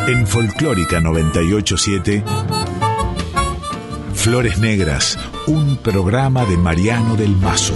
En Folclórica 987, Flores Negras, un programa de Mariano del Mazo.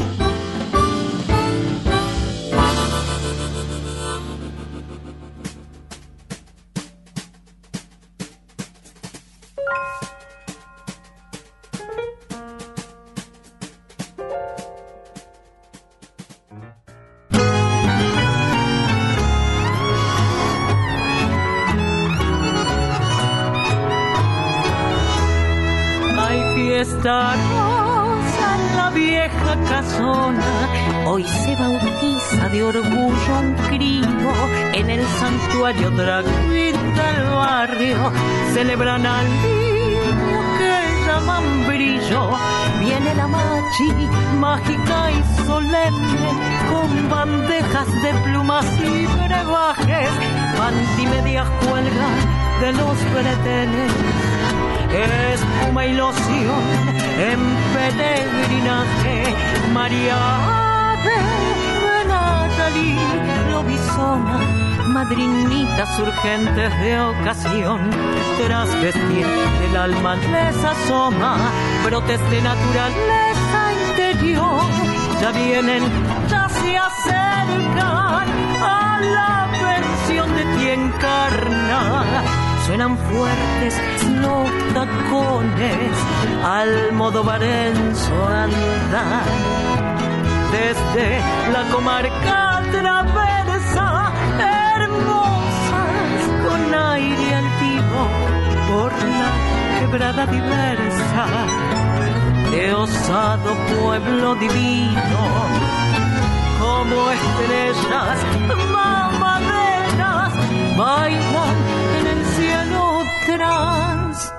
Esta rosa en la vieja casona hoy se bautiza de orgullo un crío. En el santuario drag queen del barrio celebran al niño que llaman Brillo. Viene la machi mágica y solemne con bandejas de plumas y brebajes, pantimedias cuelgan de los breteles, espuma y loción en peregrinaje. María de Natalí Lobizona, madrinitas urgentes de ocasión, tras vestir del alma les asoma brotes de naturaleza interior. Ya vienen, ya se acercan a la versión de ti encarnada. Suenan fuertes los tacones al modo barenzo andar. Desde la comarca traversa, hermosas con aire altivo, por la quebrada diversa, de osado pueblo divino, como estrellas mamaderas bailan en el cielo trans.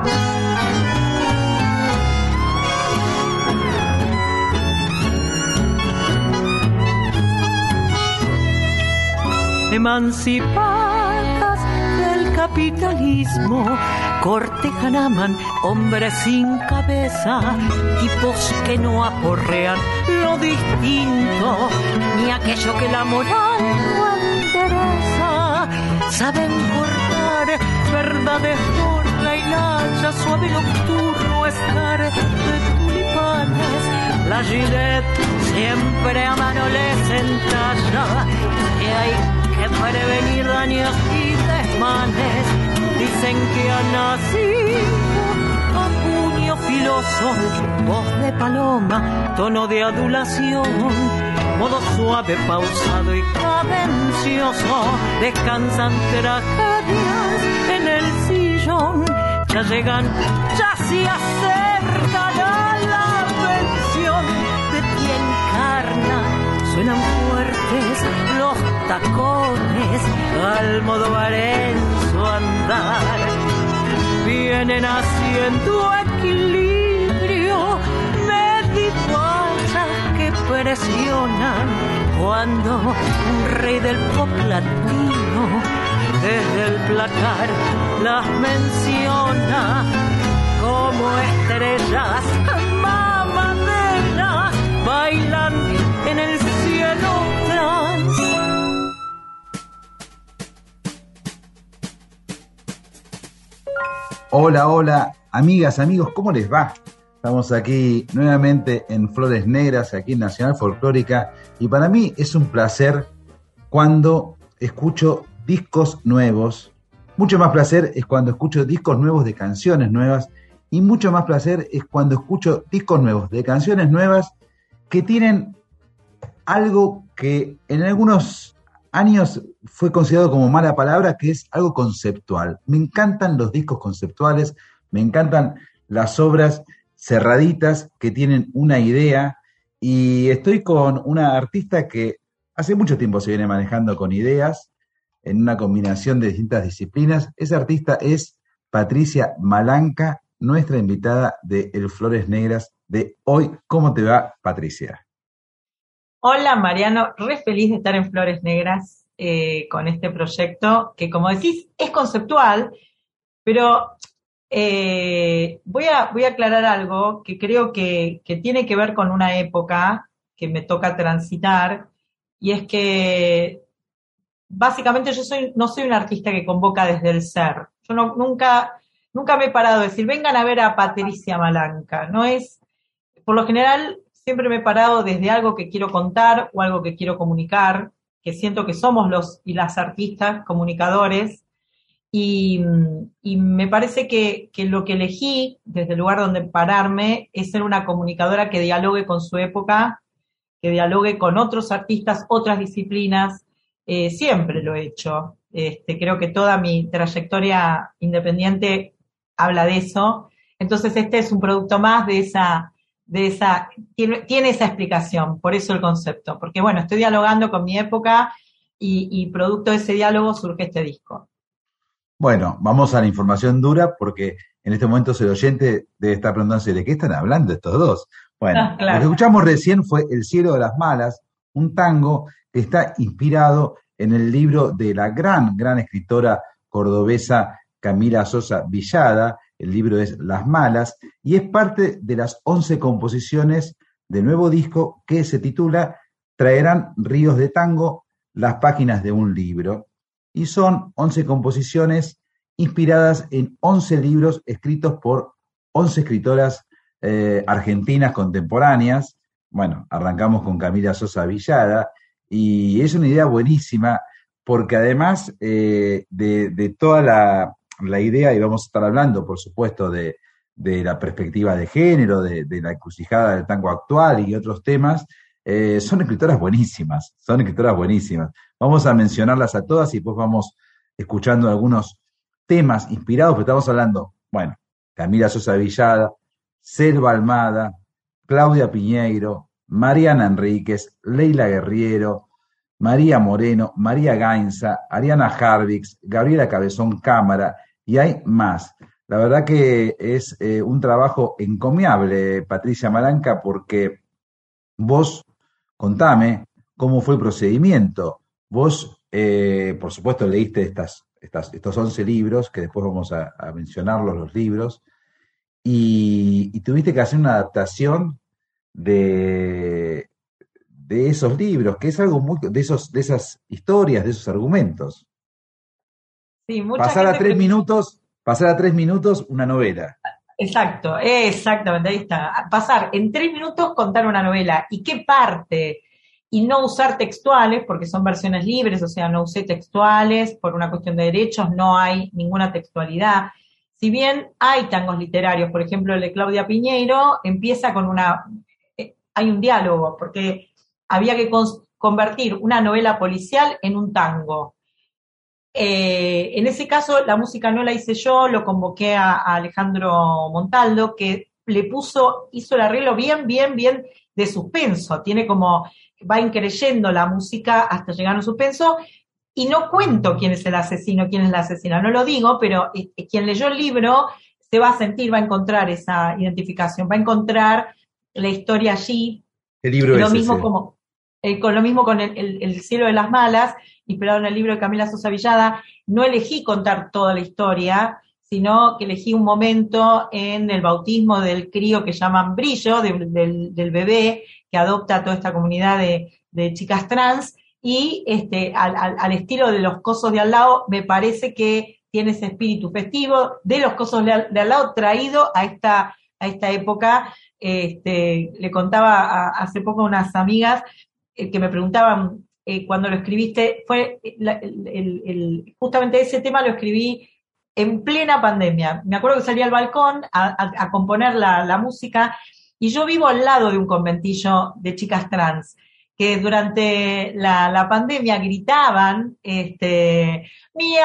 Emancipadas del capitalismo, cortejan, aman hombres sin cabeza, tipos que no aporrean lo distinto, ni aquello que la moral no endereza. Saben cortar verdades por la hilacha, suave nocturno estar de tulipanes. La Gillette siempre a mano les entalla, y hay que prevenir daños y desmanes. Dicen que ha nacido a puño filoso, voz de paloma, tono de adulación, modo suave, pausado y cadencioso. Descansan tragedias en el sillón, ya llegan, ya se acercan a la pensión de quien encarna. Suenan fuertes los tacones al modo barenzo andar. Vienen haciendo equilibrio, medivallas que presionan cuando un rey del pop latino desde el placar las menciona como estrellas mamaderas bailan en el cielo trans. Hola, hola, amigas, amigos, ¿cómo les va? Estamos aquí nuevamente en Flores Negras, aquí en Nacional Folclórica, y para mí es un placer cuando escucho discos nuevos. Mucho más placer es cuando escucho discos nuevos de canciones nuevas, y mucho más placer es cuando escucho discos nuevos de canciones nuevas que tienen algo que en algunos años fue considerado como mala palabra, que es algo conceptual. Me encantan los discos conceptuales, me encantan las obras cerraditas que tienen una idea, y estoy con una artista que hace mucho tiempo se viene manejando con ideas en una combinación de distintas disciplinas. Esa artista es Patricia Malanca, nuestra invitada de El Flores Negras de hoy. ¿Cómo te va, Patricia? Hola, Mariano, re feliz de estar en Flores Negras con este proyecto que, como decís, es conceptual, pero voy a aclarar algo que creo que tiene que ver con una época que me toca transitar, y es que básicamente yo no soy un artista que convoca desde el ser. Yo nunca me he parado de decir, vengan a ver a Patricia Malanca. No es, por lo general, siempre me he parado desde algo que quiero contar o algo que quiero comunicar, que siento que somos los y las artistas comunicadores. Y me parece que lo que elegí desde el lugar donde pararme es ser una comunicadora que dialogue con su época, que dialogue con otros artistas, otras disciplinas. Siempre lo he hecho. Creo que toda mi trayectoria independiente habla de eso. Entonces este es un producto más de esa tiene esa explicación, por eso el concepto. Porque bueno, estoy dialogando con mi época y producto de ese diálogo surge este disco. Bueno, vamos a la información dura porque en este momento el oyente debe estar preguntándose ¿de qué están hablando estos dos? Bueno, claro. Lo que escuchamos recién fue El cielo de las malas, un tango que está inspirado en el libro de la gran escritora cordobesa Camila Sosa Villada. El libro es Las Malas y es parte de las 11 composiciones del nuevo disco que se titula Traerán ríos de tango, las páginas de un libro. Y son 11 composiciones inspiradas en 11 libros escritos por 11 escritoras argentinas contemporáneas. Bueno, arrancamos con Camila Sosa Villada y es una idea buenísima porque además de toda la idea, y vamos a estar hablando, por supuesto, de la perspectiva de género, de la encrucijada del tango actual y otros temas, son escritoras buenísimas. Vamos a mencionarlas a todas y después vamos escuchando algunos temas inspirados, pero estamos hablando, bueno, Camila Sosa Villada, Selva Almada, Claudia Piñeiro, Mariana Enríquez, Leila Guerriero, María Moreno, María Gainza, Ariana Harvix, Gabriela Cabezón Cámara, y hay más. La verdad que es un trabajo encomiable, Patricia Malanca, porque vos, contame cómo fue el procedimiento. Vos, por supuesto, leíste estos 11 libros, que después vamos a mencionarlos, los libros, y tuviste que hacer una adaptación de esos libros, que es algo muy de esas historias, de esos argumentos. Sí, pasar a 3 minutos una novela. Exacto, exactamente, ahí está. Pasar en 3 minutos, contar una novela. ¿Y qué parte? Y no usar textuales, porque son versiones libres, o sea, no usé textuales por una cuestión de derechos, no hay ninguna textualidad. Si bien hay tangos literarios, por ejemplo, el de Claudia Piñeiro, empieza con hay un diálogo, porque había que convertir una novela policial en un tango. En ese caso, la música no la hice yo, lo convoqué a Alejandro Montaldo, que hizo el arreglo bien de suspenso, va increyendo la música hasta llegar a un suspenso, y no cuento quién es el asesino, quién es la asesina, no lo digo, pero quien leyó el libro se va a sentir, va a encontrar esa identificación, va a encontrar la historia allí. ¿Qué libro lo es mismo ese? Con lo mismo con el cielo de las malas, inspirado en el libro de Camila Sosa Villada. No elegí contar toda la historia, sino que elegí un momento en el bautismo del crío que llaman Brillo, del bebé que adopta a toda esta comunidad de chicas trans, y al estilo de Los Cosos de al lado, me parece que tiene ese espíritu festivo de Los Cosos de al lado traído a esta época. Le contaba hace poco a unas amigas que me preguntaban cuando lo escribiste, fue justamente ese tema lo escribí en plena pandemia. Me acuerdo que salí al balcón a componer la música, y yo vivo al lado de un conventillo de chicas trans que durante la pandemia gritaban mi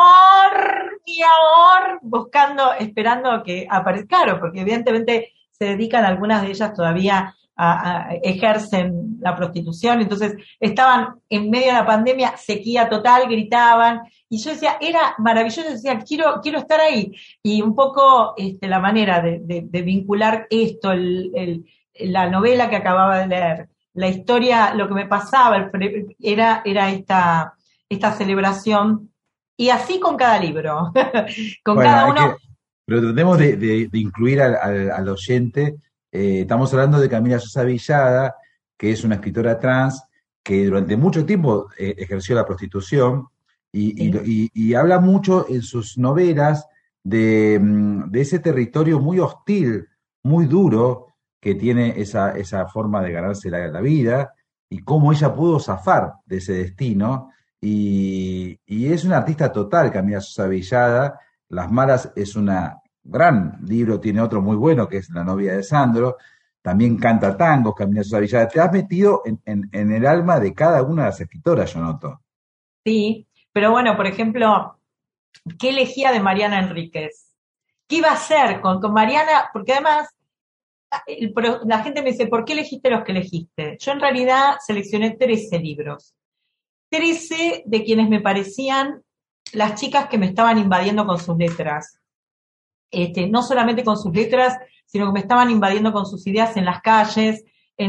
amor, esperando que aparezca, claro, porque evidentemente se dedican, algunas de ellas todavía ejercen la prostitución, entonces estaban en medio de la pandemia, sequía total, gritaban, y yo decía, era maravilloso, decía, quiero estar ahí, y un poco la manera de vincular esto, la novela que acababa de leer, la historia, lo que me pasaba, era esta celebración, y así con cada libro, con cada uno. Pero tratemos de incluir al oyente. Estamos hablando de Camila Sosa Villada, que es una escritora trans que durante mucho tiempo ejerció la prostitución, y habla mucho en sus novelas de ese territorio muy hostil, muy duro, que tiene esa forma de ganarse la vida, y cómo ella pudo zafar de ese destino. Y es una artista total, Camila Sosa Villada. Las Malas es un gran libro, tiene otro muy bueno, que es La novia de Sandro. También canta tangos, Camila Sosa Villada. Te has metido en el alma de cada una de las escritoras, yo noto. Sí, pero bueno, por ejemplo, ¿qué elegía de Mariana Enríquez? ¿Qué iba a hacer con Mariana? Porque además la gente me dice, ¿por qué elegiste los que elegiste? Yo en realidad seleccioné 13 libros. 13 de quienes me parecían las chicas que me estaban invadiendo con sus letras. No solamente con sus letras, sino que me estaban invadiendo con sus ideas en las calles,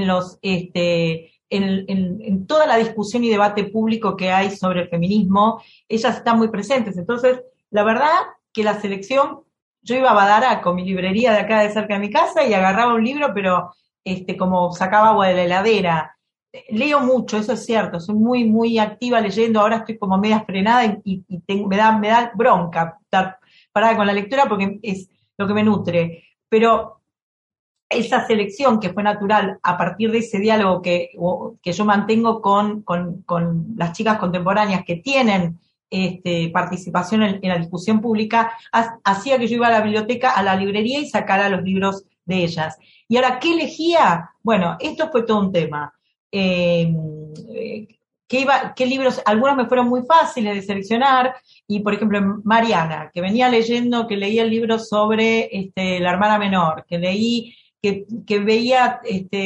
en toda la discusión y debate público que hay sobre el feminismo. Ellas están muy presentes. Entonces, la verdad que la selección, yo iba a Badaraco, mi librería de acá de cerca de mi casa, y agarraba un libro, pero como sacaba agua de la heladera. Leo mucho, eso es cierto, soy muy, muy activa leyendo, ahora estoy como media frenada me da bronca estar parada con la lectura porque es lo que me nutre, pero esa selección que fue natural a partir de ese diálogo que yo mantengo con las chicas contemporáneas que tienen participación en la discusión pública, hacía que yo iba a la biblioteca, a la librería y sacara los libros de ellas. Y ahora, ¿qué elegía? Bueno, esto fue todo un tema. ¿Qué libros? Algunos me fueron muy fáciles de seleccionar, y por ejemplo Mariana, que venía leyendo, que leía el libro sobre la hermana menor, que leí, que veía,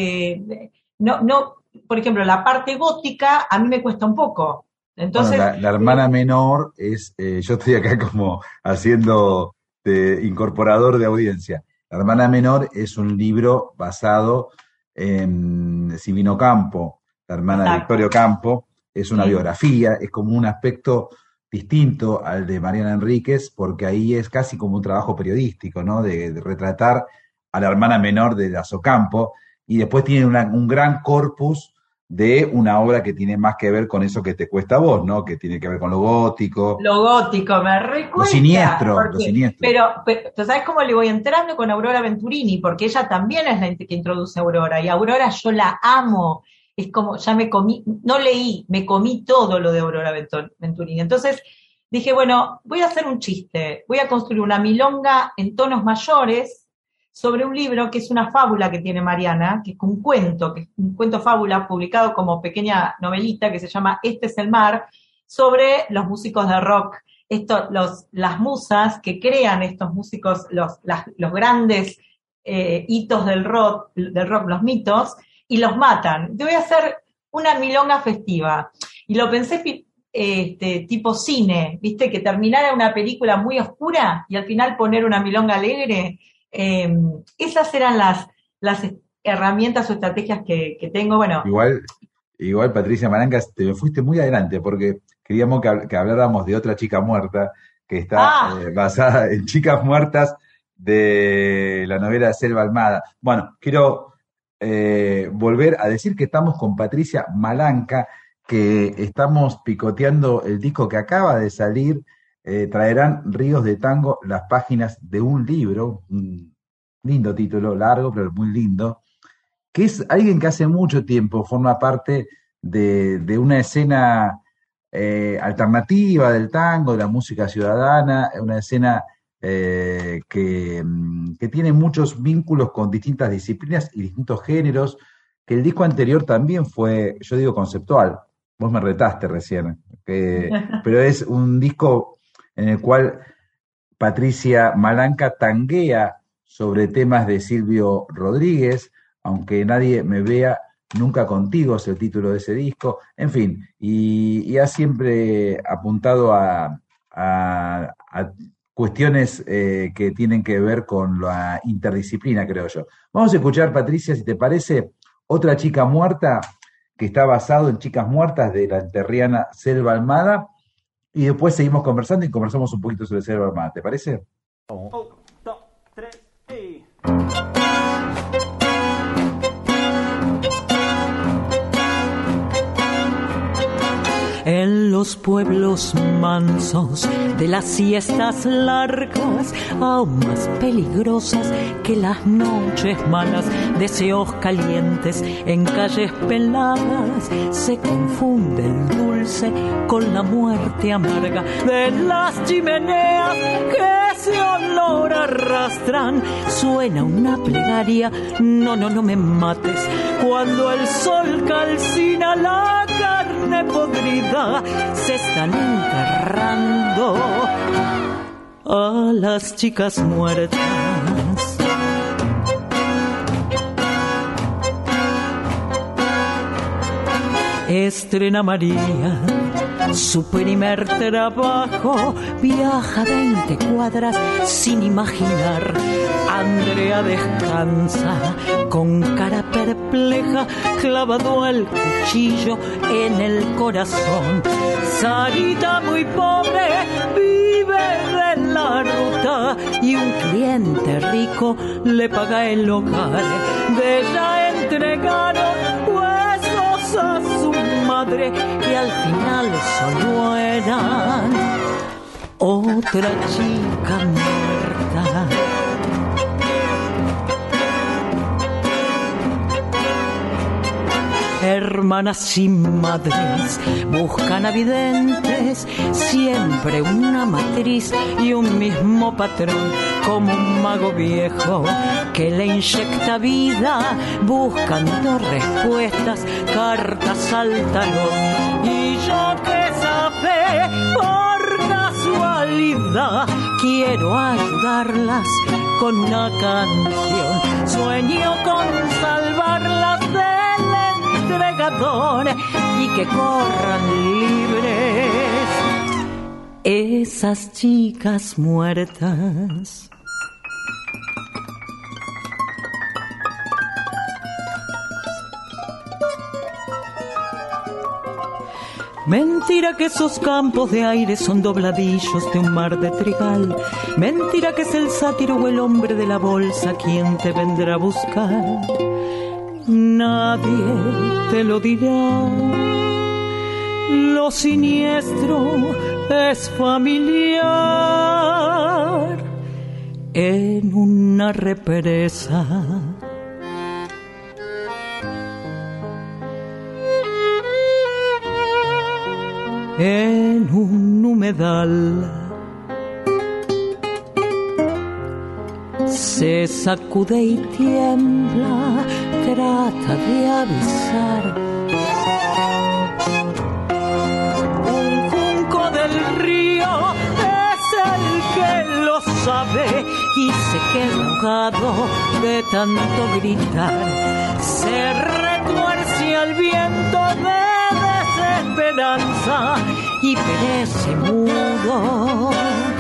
no, por ejemplo, la parte gótica a mí me cuesta un poco. Entonces, bueno, la hermana menor es, yo estoy acá como haciendo de incorporador de audiencia. La hermana menor es un libro basado en Sibino Campo, la hermana de Victorio Campo. Es una biografía, es como un aspecto distinto al de Mariana Enríquez, porque ahí es casi como un trabajo periodístico, ¿no? De retratar a la hermana menor de Lazo Campo, y después tiene un gran corpus de una obra que tiene más que ver con eso que te cuesta a vos, ¿no? Que tiene que ver con lo gótico. Lo gótico, me recuerda. Lo siniestro. Pero, ¿tú sabes cómo le voy entrando con Aurora Venturini? Porque ella también es la que introduce a Aurora, y Aurora yo la amo. Es como, ya me comí, no leí, me comí todo lo de Aurora Venturini. Entonces dije, bueno, voy a hacer un chiste, voy a construir una milonga en tonos mayores sobre un libro que es una fábula que tiene Mariana, que es un cuento fábula publicado como pequeña novelita que se llama Este es el mar, sobre los músicos de rock, las musas que crean estos músicos, los grandes hitos del rock, los mitos, y los matan. Yo voy a hacer una milonga festiva. Y lo pensé tipo cine, ¿viste? Que terminara una película muy oscura y al final poner una milonga alegre. Esas eran las herramientas o estrategias que tengo. Bueno. Igual, Patricia Malanca, te me fuiste muy adelante porque queríamos que habláramos de otra chica muerta que está basada en chicas muertas de la novela de Selva Almada. Bueno, quiero volver a decir que estamos con Patricia Malanca, que estamos picoteando el disco que acaba de salir. Traerán Ríos de Tango, las páginas de un libro, un lindo título, largo pero muy lindo, que es alguien que hace mucho tiempo forma parte de una escena alternativa del tango, de la música ciudadana, una escena que tiene muchos vínculos con distintas disciplinas y distintos géneros, que el disco anterior también fue, yo digo, conceptual. Vos me retaste recién, pero es un disco en el cual Patricia Malanca tanguea sobre temas de Silvio Rodríguez, Aunque nadie me vea, nunca contigo es el título de ese disco, en fin, y ha siempre apuntado a cuestiones que tienen que ver con la interdisciplina, creo yo. Vamos a escuchar, Patricia, si te parece, Otra chica muerta, que está basado en Chicas muertas de la enterriana Selva Almada, y después seguimos conversando y conversamos un poquito sobre Selva Almada, ¿te parece? 1, 2, 3 y... En los pueblos mansos de las siestas largas, aún más peligrosas que las noches malas, deseos calientes en calles peladas, se confunde el dulce con la muerte amarga de las chimeneas que ese olor arrastran. Suena una plegaria, no me mates, cuando el sol calcina la carne podrida, se están enterrando a las chicas muertas. Estrena María su primer trabajo, viaja 20 cuadras sin imaginar. Andrea descansa con cara perpleja, clavado el cuchillo en el corazón. Sarita, muy pobre, vive de la ruta y un cliente rico le paga el hogar. De ella entregaron huesos a su madre, que al final solo eran otra chica muerta. Hermanas y madres buscan a videntes, siempre una matriz y un mismo patrón, como un mago viejo que le inyecta vida, buscando respuestas, cartas al tarot. Y yo que sabe por casualidad quiero ayudarlas con una canción. Sueño con salvarlas del entregador y que corran libres esas chicas muertas. Mentira que esos campos de aire son dobladillos de un mar de trigal. Mentira que es el sátiro o el hombre de la bolsa quien te vendrá a buscar. Nadie te lo dirá. Lo siniestro es familiar en una represa. En un humedal se sacude y tiembla, trata de avisar. Un junco del río es el que lo sabe y se queda ahogado de tanto gritar. Se retuerce al viento de desesperanza y perece mudo.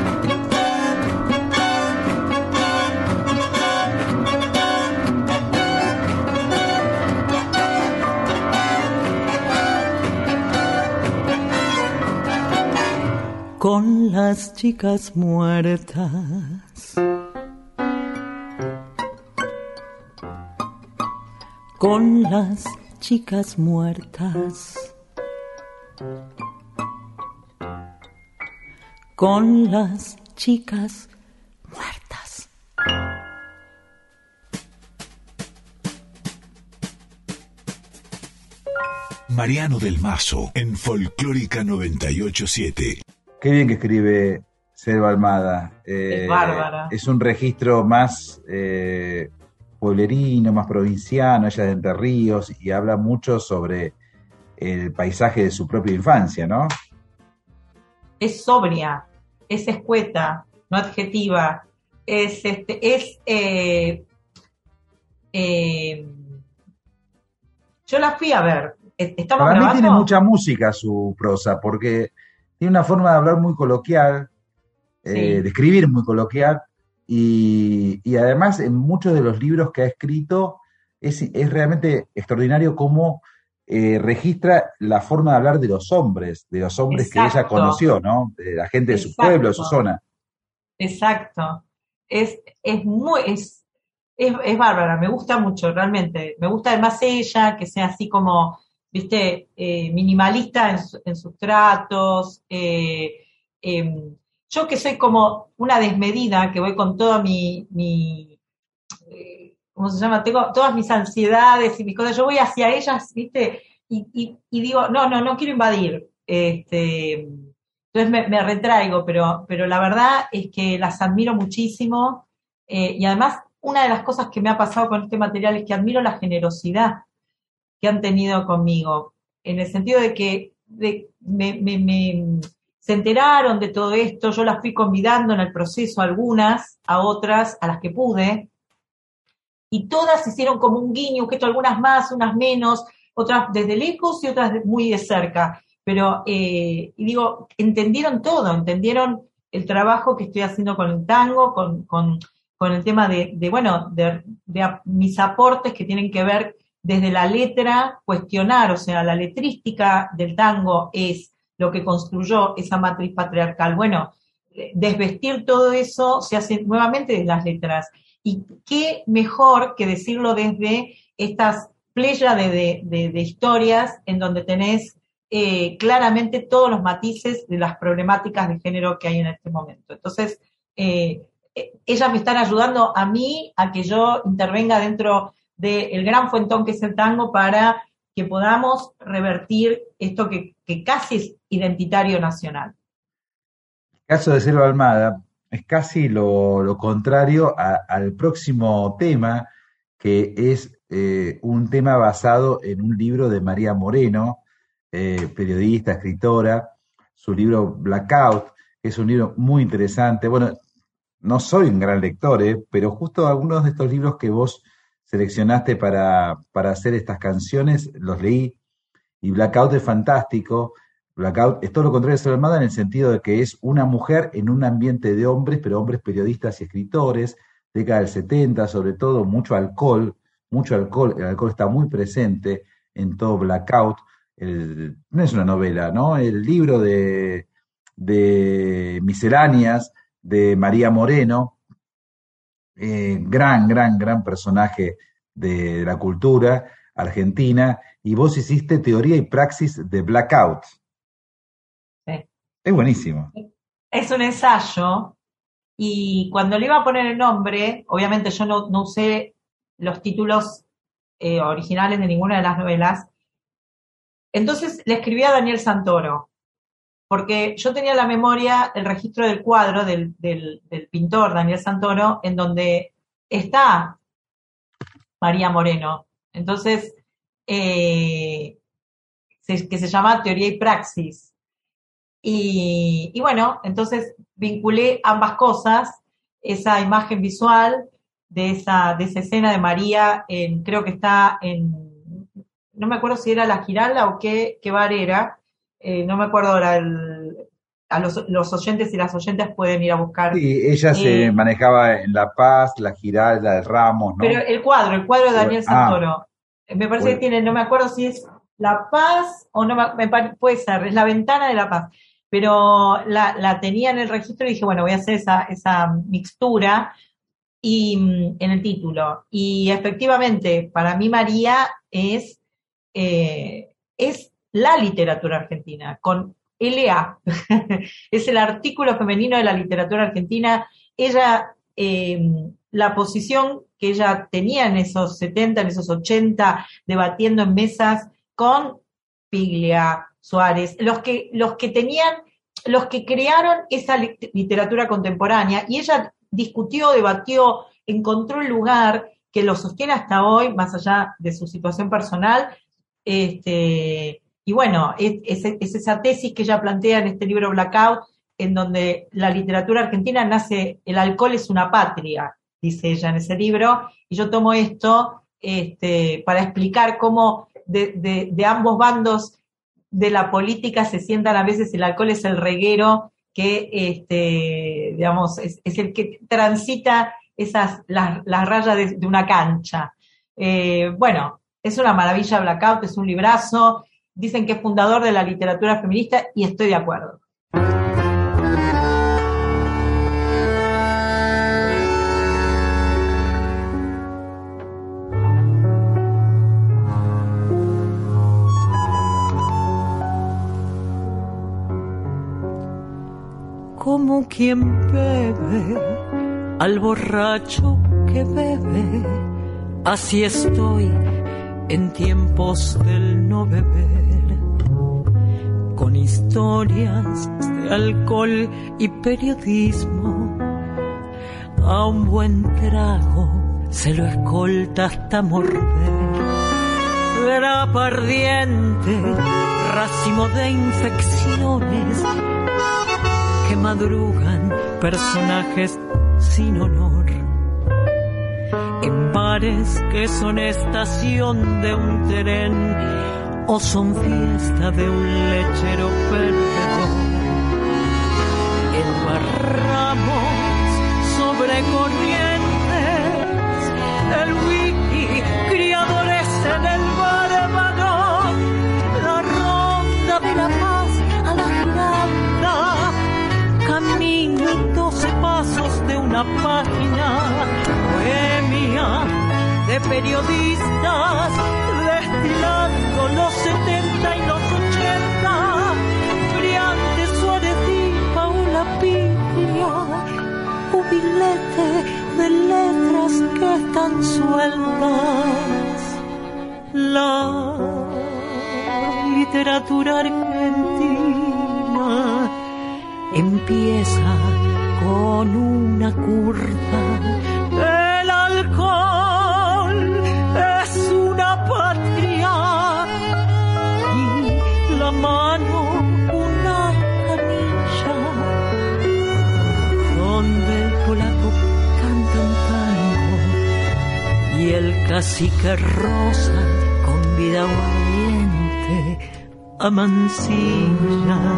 Con las chicas muertas. Con las chicas muertas. Con las chicas muertas. Mariano del Mazo en Folclórica 98.7. Qué bien que escribe Selva Almada. Es bárbara. Es un registro más pueblerino, más provinciano, ella es de Entre Ríos y habla mucho sobre el paisaje de su propia infancia, ¿no? Es sobria, es escueta, no adjetiva, yo la fui a ver. ¿Estamos Para grabando? mí tiene mucha música su prosa, porque tiene una forma de hablar muy coloquial, Sí. de escribir muy coloquial, y además en muchos de los libros que ha escrito es realmente extraordinario cómo registra la forma de hablar de los hombres que ella Exacto. conoció, ¿no? De la gente de su Exacto. pueblo, de su zona. Exacto. Es bárbara, me gusta mucho, realmente. Me gusta además ella, que sea así como viste, minimalista en sus tratos. Yo que soy como una desmedida, que voy con toda ¿cómo se llama? Tengo todas mis ansiedades y mis cosas, yo voy hacia ellas, viste, y digo, no quiero invadir. Entonces me retraigo, pero la verdad es que las admiro muchísimo, y además una de las cosas que me ha pasado con este material es que admiro la generosidad que han tenido conmigo, en el sentido de que se enteraron de todo esto, yo las fui convidando en el proceso, algunas, a otras, a las que pude, y todas hicieron como un guiño, que algunas más, unas menos, otras desde lejos y otras muy de cerca. Pero, y digo, entendieron todo, entendieron el trabajo que estoy haciendo con el tango, con el tema de mis aportes que tienen que ver desde la letra, cuestionar, o sea, la letrística del tango es lo que construyó esa matriz patriarcal. Bueno, desvestir todo eso se hace nuevamente desde las letras. Y qué mejor que decirlo desde estas pléyades de historias en donde tenés claramente todos los matices de las problemáticas de género que hay en este momento. Entonces, ellas me están ayudando a mí a que yo intervenga dentro del gran fuentón que es el tango para que podamos revertir esto que casi es identitario nacional. El caso de Selva Almada es casi lo contrario al próximo tema, que es un tema basado en un libro de María Moreno, periodista, escritora, su libro Blackout, que es un libro muy interesante. Bueno, no soy un gran lector, pero justo algunos de estos libros que vos seleccionaste para hacer estas canciones, los leí, y Blackout es fantástico. Blackout es todo lo contrario de Selva Almada en el sentido de que es una mujer en un ambiente de hombres, pero hombres periodistas y escritores, década del 70, sobre todo mucho alcohol, el alcohol está muy presente en todo Blackout. No es una novela, ¿no? El libro de Misceláneas de María Moreno, gran personaje de la cultura argentina, y vos hiciste Teoría y Praxis de Blackout. Sí. Es buenísimo. Es un ensayo, y cuando le iba a poner el nombre, obviamente yo no usé los títulos originales de ninguna de las novelas, entonces le escribí a Daniel Santoro, porque yo tenía en la memoria el registro del cuadro del pintor Daniel Santoro, en donde está María Moreno. Entonces, que se llama Teoría y Praxis. Y bueno, entonces vinculé ambas cosas, esa imagen visual de esa escena de María, creo que está no me acuerdo si era La Giralda o qué bar era, no me acuerdo ahora, los oyentes y las oyentes pueden ir a buscar. Sí, ella se manejaba en La Paz, La Giralda, el Ramos, ¿no? Pero el cuadro de Daniel Santoro, me parece que tiene, no me acuerdo si es La Paz o no, puede ser, es La Ventana de La Paz, pero la tenía en el registro y dije, bueno, voy a hacer esa mixtura y en el título. Y efectivamente, para mí María es la literatura argentina, con LA. Es el artículo femenino de la literatura argentina. Ella, la posición que ella tenía en esos 70, en esos 80, debatiendo en mesas con Piglia, Suárez, los que crearon esa literatura contemporánea, y ella discutió, debatió, encontró el lugar que lo sostiene hasta hoy, más allá de su situación personal. Y bueno, es esa tesis que ella plantea en este libro Blackout, en donde la literatura argentina nace, el alcohol es una patria, dice ella en ese libro, y yo tomo esto para explicar cómo de ambos bandos de la política se sientan a veces, el alcohol es el reguero que, digamos, es el que transita las rayas de una cancha. Bueno, es una maravilla Blackout, es un librazo. Dicen que es fundador de la literatura feminista y estoy de acuerdo. como quien bebe al borracho que bebe. Así estoy en tiempos del no beber, con historias de alcohol y periodismo. A un buen trago se lo escolta hasta morder. Grapa ardiente, racimo de infecciones que madrugan, personajes sin honor. En bares que son estación de un tren o son fiesta de un lechero perdedor. Embarramos sobre corrientes, el whisky, criadores en el bárbaro, la ronda de la paz a la giranda, camino en 12 pasos de una página bohemia de periodistas, destilando los 70 y los 80, Briante, Suárez y Paula Piglia, jubilete de letras que están sueltas. La literatura argentina empieza con una curva. El alcohol es una patria y la mano una canilla, donde el polaco canta un tango y el cacique rosa con vida valiente amancilla.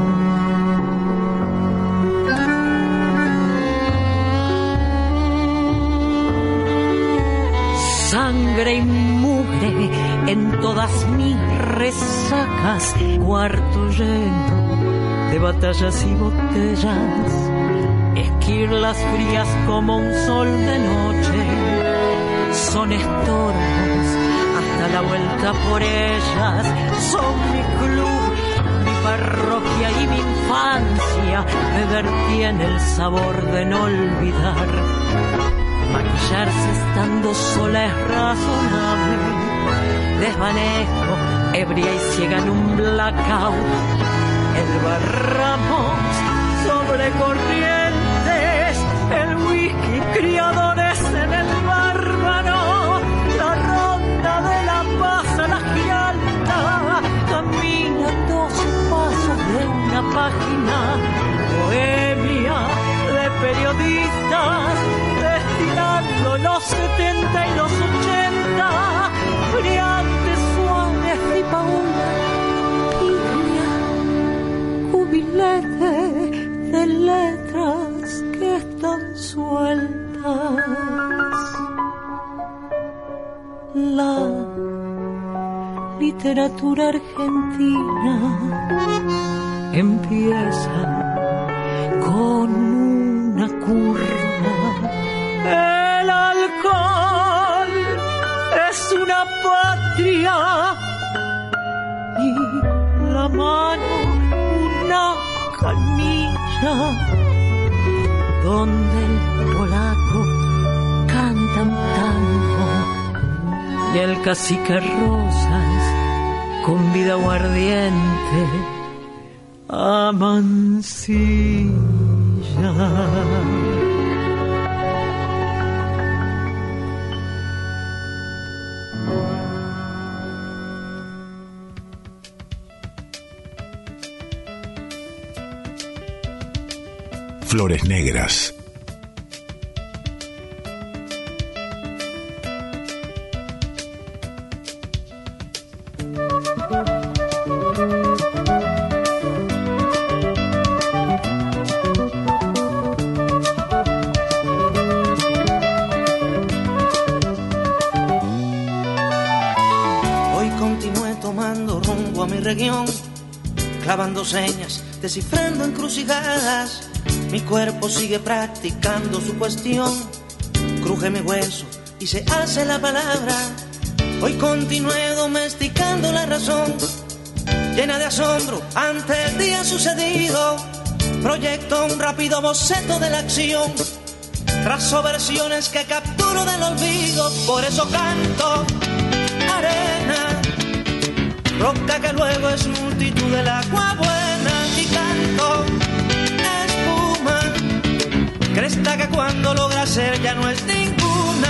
Sangre y mugre en todas mis resacas, cuarto lleno de batallas y botellas, esquirlas frías como un sol de noche, son estorbos hasta la vuelta por ellas, son mi club, mi parroquia y mi infancia, beber tiene el sabor de no olvidar. Maquillarse estando sola es razonable, desvanezco, ebria y ciega en un blackout. Embarramos sobre corrientes, el whisky, criadores en el bárbaro, la ronda de la paz a la giralda, caminan 12 pasos de una página bohemia de periodistas, destilando los 70 y los 80, Briante, Suárez y Paula Piglia, jubilete de letras que están sueltas. La literatura argentina empieza con una curva. El alcohol es una patria y la mano una canilla, donde el polaco canta un tango y el cacique rosas con vida aguardiente amancilla. Flores Negras. Hoy continué tomando rumbo a mi región, clavando señas, descifrando encrucijadas. Mi cuerpo sigue practicando su cuestión, cruje mi hueso y se hace la palabra. Hoy continué domesticando la razón, llena de asombro ante el día sucedido. proyecto un rápido boceto de la acción, trazo versiones que capturo del olvido, por eso canto arena, roca que luego es multitud del agua buena, y canto espuma, cresta que cuando logra ser ya no es ninguna.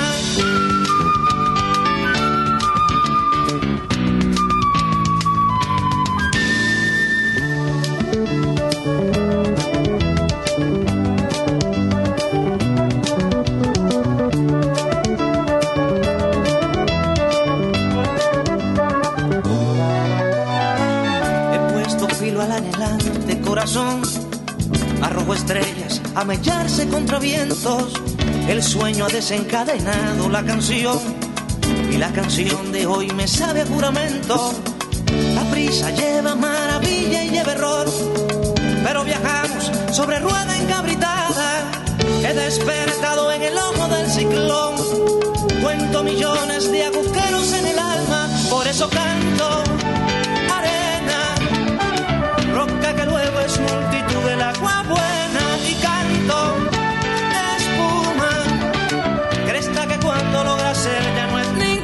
Al anhelante corazón, arrojo estrellas a mellarse contra vientos. El sueño ha desencadenado la canción, y la canción de hoy me sabe a juramento. La prisa lleva maravilla y lleva error, pero viajamos sobre rueda encabritada. He despertado en el ojo del ciclón, cuento millones de agujeros en el alma, por eso canto roca que luego es multitud del agua buena, y canto espuma, cresta que cuando logra ser ya no es ninguna.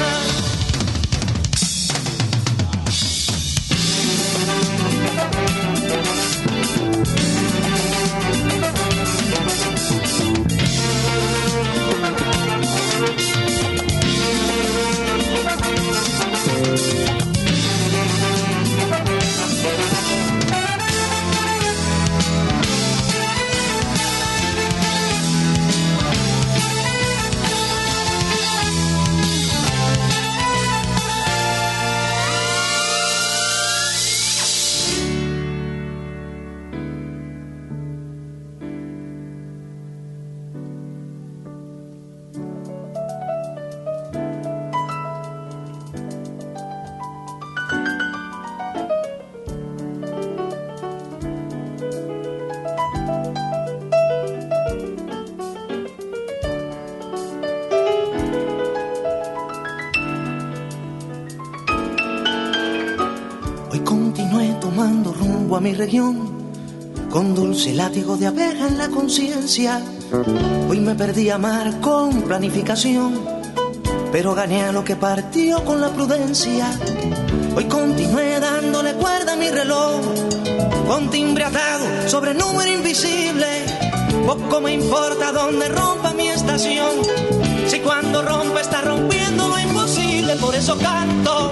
A mi región, con dulce látigo de abeja en la conciencia. Hoy me perdí a amar con planificación, pero gané a lo que partió con la prudencia. Hoy continué dándole cuerda a mi reloj, con timbre atado sobre número invisible. Poco me importa dónde rompa mi estación, si cuando rompa está rompiendo lo imposible. Por eso canto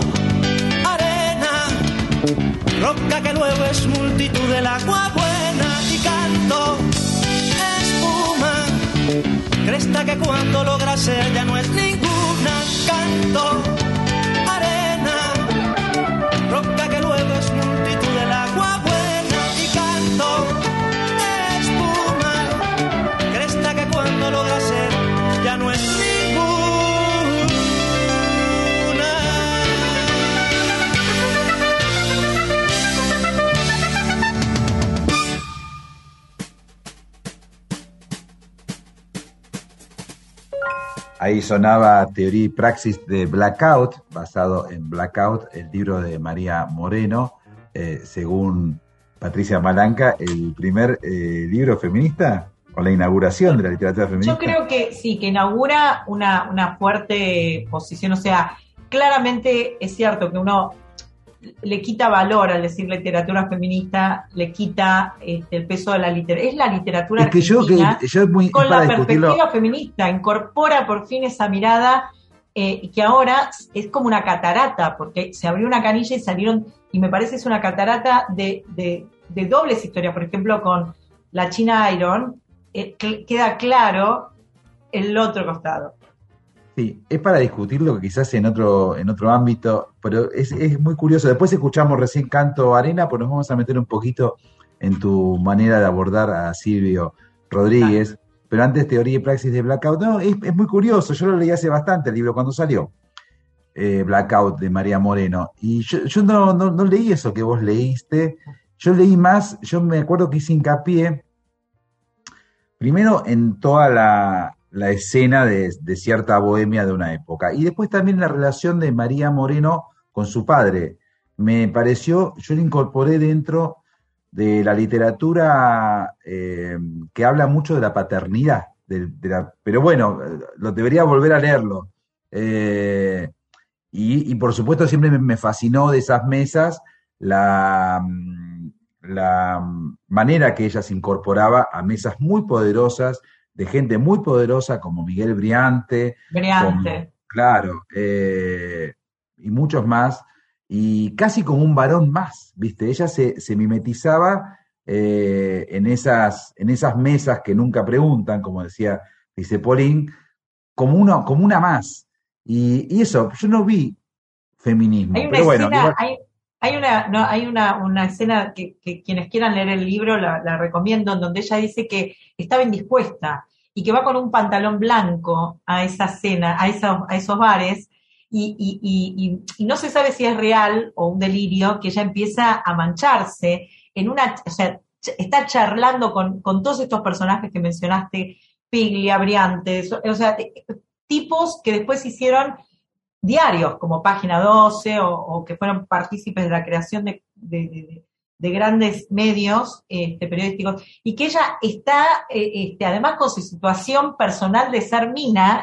roca que luego es multitud del agua buena, y canto espuma, cresta que cuando logra ser ya no es ninguna. Canto arena, roca que luego es multitud del agua buena, y canto espuma, cresta que cuando logra ser ya no es ninguna. Ahí sonaba Teoría y Praxis de Blackout, basado en Blackout, el libro de María Moreno, según Patricia Malanca, el primer libro feminista, o la inauguración de la literatura feminista. Yo creo que sí, que inaugura una fuerte posición, o sea, claramente es cierto que uno le quita valor al decir literatura feminista, le quita el peso de la literatura. Es la literatura es que yo es muy, con la perspectiva feminista, incorpora por fin esa mirada y que ahora es como una catarata, porque se abrió una canilla y salieron, y me parece es una catarata de dobles historias. Por ejemplo, con la China Iron, queda claro el otro costado. Sí, es para discutirlo quizás en otro ámbito, pero es muy curioso. Después escuchamos recién Canto Arena, pues nos vamos a meter un poquito en tu manera de abordar a Silvio Rodríguez. Claro. Pero antes, Teoría y Praxis de Blackout. No, es muy curioso, yo lo leí hace bastante el libro cuando salió, Blackout de María Moreno. Y yo no leí eso que vos leíste, yo leí más, yo me acuerdo que hice hincapié, primero en toda la escena de cierta bohemia de una época. Y después también la relación de María Moreno con su padre. Me pareció, yo le incorporé dentro de la literatura que habla mucho de la paternidad, pero bueno, lo debería volver a leerlo. Y por supuesto siempre me fascinó de esas mesas la manera que ella se incorporaba a mesas muy poderosas, de gente muy poderosa como Miguel Briante, Briante. claro, y muchos más, y casi como un varón más, ¿viste? Ella se mimetizaba en esas mesas que nunca preguntan, como dice Pauline, como una más. Y eso, yo no vi Hay feminismo, una pero bueno, escena, igual, hay una escena que quienes quieran leer el libro la recomiendo, en donde ella dice que estaba indispuesta y que va con un pantalón blanco a esa cena, a esos bares, y no se sabe si es real o un delirio, que ella empieza a mancharse o sea, está charlando con todos estos personajes que mencionaste, Piglia, Briantes, o sea, tipos que después hicieron diarios como Página 12 o que fueron partícipes de la creación de grandes medios periodísticos, y que ella está, además con su situación personal de ser mina,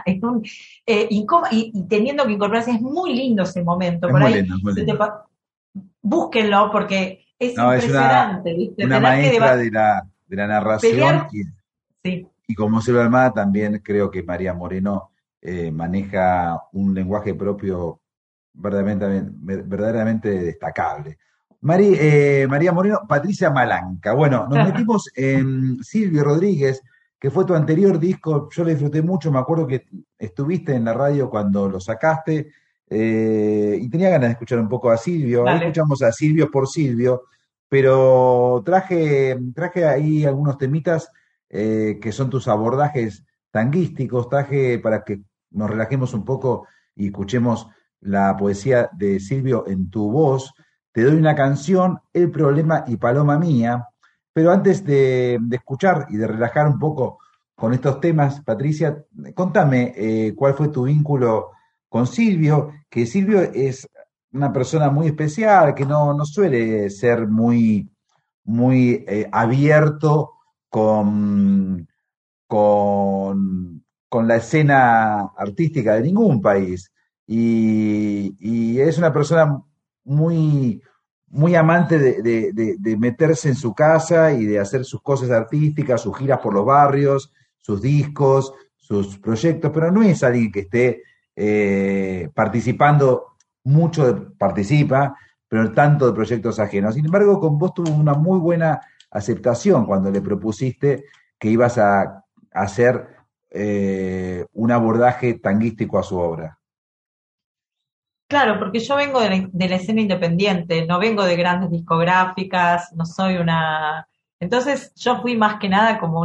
y teniendo que incorporarse. Es muy lindo ese momento, es por muy ahí lindo, es muy lindo. búsquenlo porque es No, es impresionante, ¿viste? una Tener que maestra de la narración pelear, sí. y como Silvia Almada también creo que María Moreno maneja un lenguaje propio verdaderamente destacable. María Moreno, Patricia Malanca. Bueno, nos metimos en Silvio Rodríguez, que fue tu anterior disco, yo lo disfruté mucho, me acuerdo que estuviste en la radio cuando lo sacaste, y tenía ganas de escuchar un poco a Silvio. Ahí Dale. escuchamos a Silvio por Silvio, pero traje ahí algunos temitas que son tus abordajes tanguísticos, traje para que nos relajemos un poco y escuchemos la poesía de Silvio en tu voz. Te doy una canción, El Problema y Paloma Mía, pero antes de escuchar y de relajar un poco con estos temas, Patricia, contame cuál fue tu vínculo con Silvio, que Silvio es una persona muy especial, que no suele ser muy abierto con, con la escena artística de ningún país. Y es una persona muy amante de meterse en su casa y de hacer sus cosas artísticas, sus giras por los barrios, sus discos, sus proyectos, pero no es alguien que esté participando participa, pero tanto de proyectos ajenos. Sin embargo, con vos tuvo una muy buena aceptación cuando le propusiste que ibas a hacer un abordaje tanguístico a su obra. Claro, porque yo vengo de la escena independiente, no vengo de grandes discográficas, no soy una... Entonces yo fui más que nada como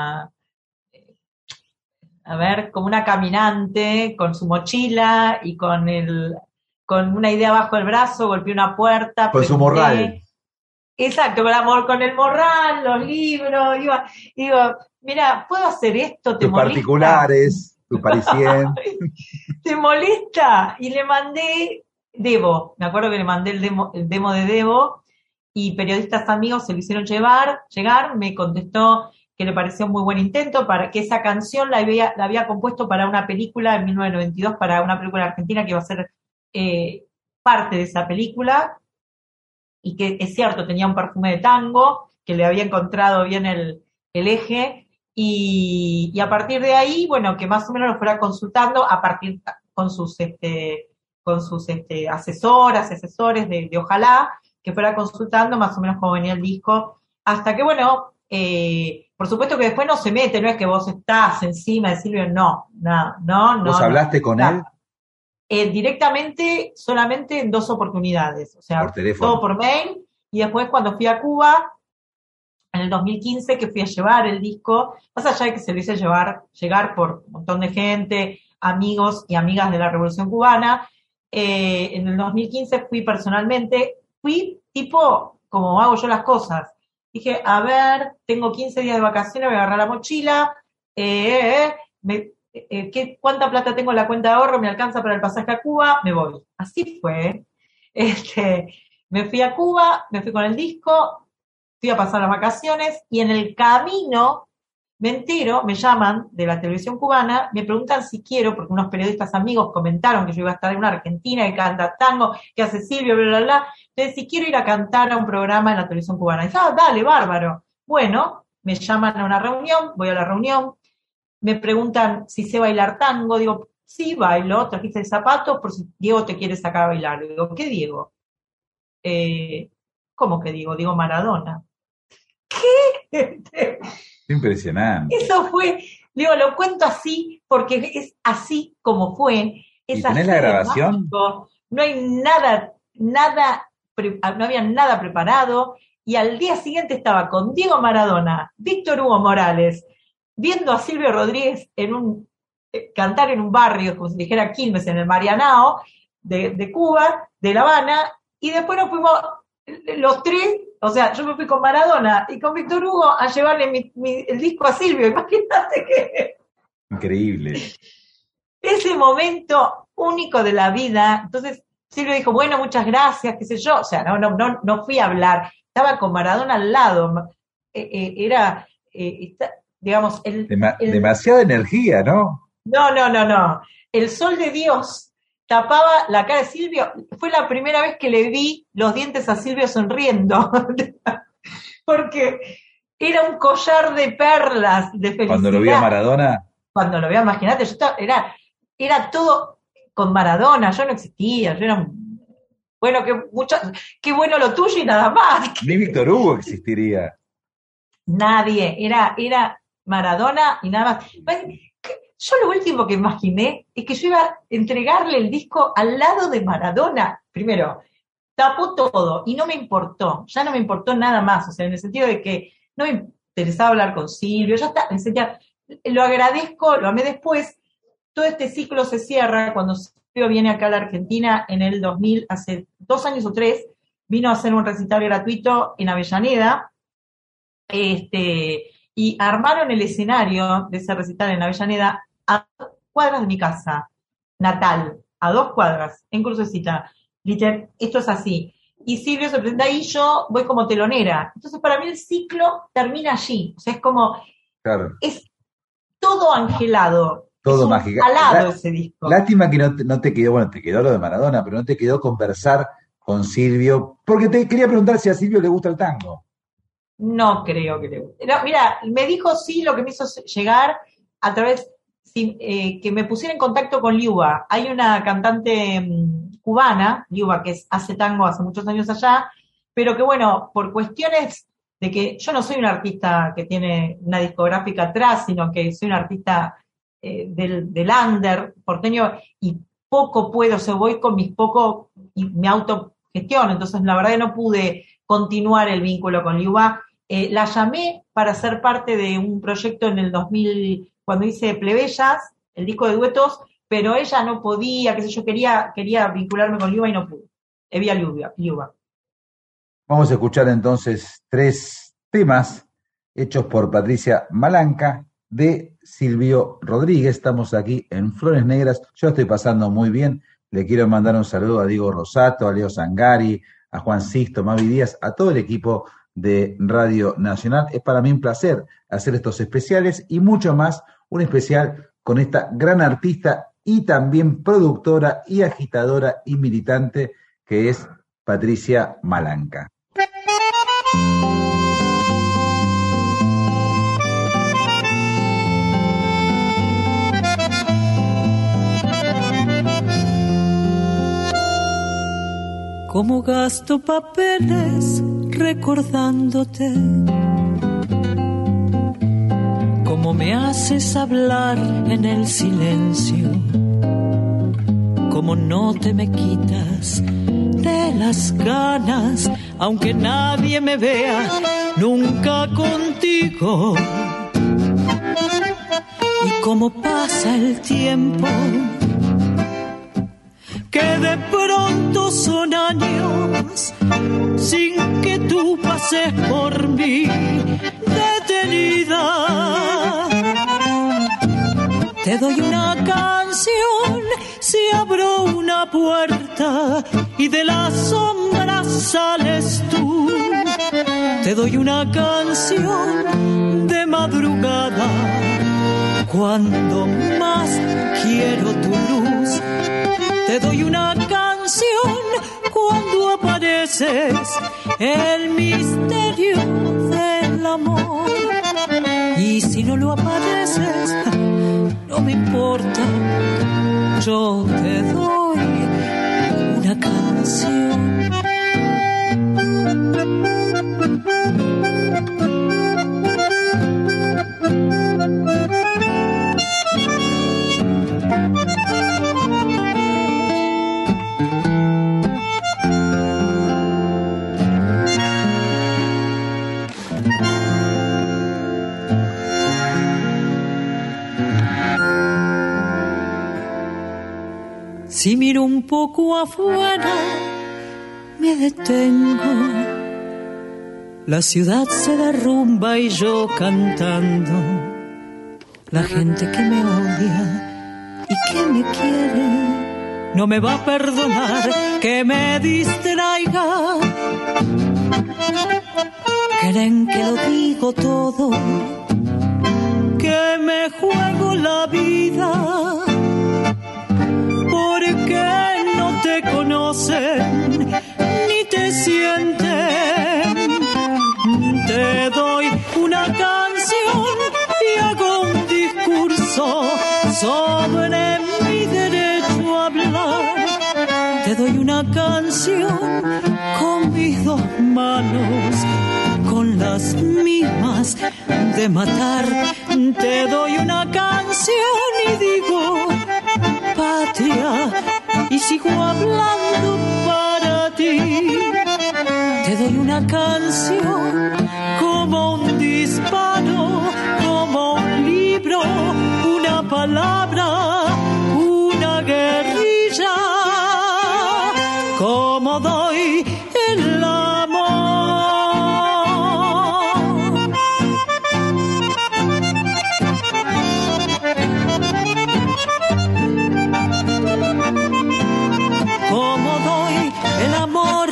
como una caminante con su mochila y con una idea bajo el brazo, golpeé una puerta, Con su morral. pregunté. Exacto, con el morral, los libros, digo, mira, ¿puedo hacer esto? ¿Te Tus molesta? particulares, tu parisien. ¿Te molesta? Y le mandé Debo, me acuerdo que le mandé el demo de Debo, y periodistas amigos se lo hicieron llegar, me contestó que le pareció un muy buen intento, para que esa canción la había compuesto para una película en 1992, para una película argentina que iba a ser parte de esa película, y que es cierto, tenía un perfume de tango, que le había encontrado bien el eje, y a partir de ahí, bueno, que más o menos lo fuera consultando con sus asesores de Ojalá, que fuera consultando más o menos cómo venía el disco, hasta que, bueno, por supuesto que después no se mete, no es que vos estás encima de Silvio, no. ¿Vos hablaste con él? Directamente, solamente en 2 oportunidades, o sea, Por teléfono. todo por mail, y después cuando fui a Cuba, en el 2015, que fui a llevar el disco, más allá de que se lo hice llegar por un montón de gente, amigos y amigas de la Revolución Cubana, en el 2015 fui personalmente, tipo como hago yo las cosas. Dije, a ver, tengo 15 días de vacaciones, voy a agarrar la mochila, ¿cuánta plata tengo en la cuenta de ahorro? ¿Me alcanza para el pasaje a Cuba? Me voy. Así fue. Me fui a Cuba, me fui con el disco, fui a pasar las vacaciones y en el camino me entero, me llaman de la televisión cubana, me preguntan si quiero, porque unos periodistas amigos comentaron que yo iba a estar en una Argentina que canta tango, que hace Silvio, bla, bla, bla. Entonces, si quiero ir a cantar a un programa en la televisión cubana. Y dije, dale, bárbaro. Bueno, me llaman a una reunión, voy a la reunión, me preguntan si sé bailar tango, digo, sí, bailo, trajiste el zapato por si Diego te quiere sacar a bailar. Digo, ¿qué Diego? ¿Cómo que Diego? Digo, Maradona. ¿Qué? Impresionante. Eso fue, digo, lo cuento así porque es así como fue. Es ¿Y tenés así la grabación? mágico. No hay nada, no había nada preparado. Y al día siguiente estaba con Diego Maradona, Víctor Hugo Morales, viendo a Silvio Rodríguez cantar en un barrio, como si dijera Quilmes, en el Marianao, de Cuba, de La Habana, y después nos fuimos los tres, o sea, yo me fui con Maradona y con Víctor Hugo a llevarle el disco a Silvio, imagínate que... Increíble. Ese momento único de la vida, entonces Silvio dijo, bueno, muchas gracias, qué sé yo, o sea, no fui a hablar, estaba con Maradona al lado, digamos... demasiada energía, ¿no? No. El sol de Dios tapaba la cara de Silvio. Fue la primera vez que le vi los dientes a Silvio sonriendo. Porque era un collar de perlas, de felicidad. Cuando lo vi a Maradona. Cuando lo vi, imagínate, era todo con Maradona. Yo no existía, yo era bueno, qué bueno lo tuyo y nada más. Ni Víctor Hugo existiría. Nadie, era Maradona y nada más. Yo lo último que imaginé es que yo iba a entregarle el disco al lado de Maradona. Primero, tapó todo y no me importó, ya no me importó nada más, o sea, en el sentido de que no me interesaba hablar con Silvio, ya está, lo agradezco, lo amé después. Todo este ciclo se cierra cuando Silvio viene acá a la Argentina en el 2000, hace 2 años o 3, vino a hacer un recital gratuito en Avellaneda, y armaron el escenario de ese recital en Avellaneda a 2 cuadras de mi casa natal, a 2 cuadras, en Crucecita. Literal, esto es así. Y Silvio se presenta ahí, yo voy como telonera. Entonces, para mí el ciclo termina allí. O sea, es como, claro, es todo angelado. Todo es mágico. Alado ese disco. Lástima que no te quedó, bueno, te quedó lo de Maradona, pero no te quedó conversar con Silvio, porque te quería preguntar si a Silvio le gusta el tango. No creo que le guste. No, mira, me dijo sí, lo que me hizo llegar a través, que me pusiera en contacto con Liuba. Hay una cantante cubana, Liuba, que hace tango hace muchos años allá, pero que bueno, por cuestiones de que yo no soy un artista que tiene una discográfica atrás, sino que soy un artista del under porteño y poco puedo, o sea, voy con mis poco y me autogestiono, entonces la verdad que no pude continuar el vínculo con Liuba. La llamé para ser parte de un proyecto en el 2000, cuando hice Plebeyas, el disco de duetos, pero ella no podía, qué sé yo, quería vincularme con Liuba y no pude. Evia Liuba. Vamos a escuchar entonces 3 temas hechos por Patricia Malanca de Silvio Rodríguez. Estamos aquí en Flores Negras. Yo estoy pasando muy bien. Le quiero mandar un saludo a Diego Rosato, a Leo Zangari, a Juan Sisto, Mavi Díaz, a todo el equipo de Radio Nacional. Es para mí un placer hacer estos especiales y mucho más, un especial con esta gran artista y también productora y agitadora y militante que es Patricia Malanca. Como gasto papeles recordándote, como me haces hablar en el silencio, como no te me quitas de las ganas, aunque nadie me vea nunca contigo. Y como pasa el tiempo, que de pronto son años sin que tú pases por mí detenida. Te doy una canción si abro una puerta y de la sombra sales tú. te doy una canción de madrugada. Cuando más quiero tu luz, te doy una canción. Cuando apareces, el misterio del amor. Y si no lo apareces, no me importa, yo te doy una canción. Si miro un poco afuera, me detengo. La ciudad se derrumba y yo cantando. La gente que me odia y que me quiere no me va a perdonar que me distraiga. Creen que lo digo todo, que me juego la vida. Porque no te conocen ni te sienten. Te doy una canción y hago un discurso sobre mi derecho a hablar. Te doy una canción con mis dos manos, con las mismas de matar. Te doy una canción y digo patria, y sigo hablando para ti. Te doy una canción como un disparo, como un libro, una palabra, una guerrilla, como doy el amor. Como doy el amor.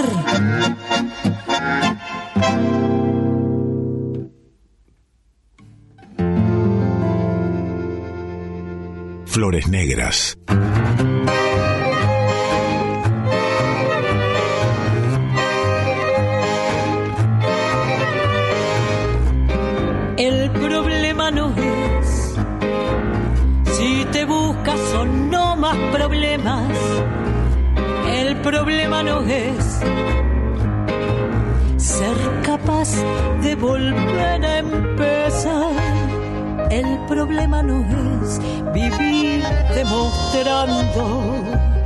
Flores Negras. El problema no es si te buscas o no más problemas. El problema no es ser capaz de volver a empezar. El problema no es vivir demostrando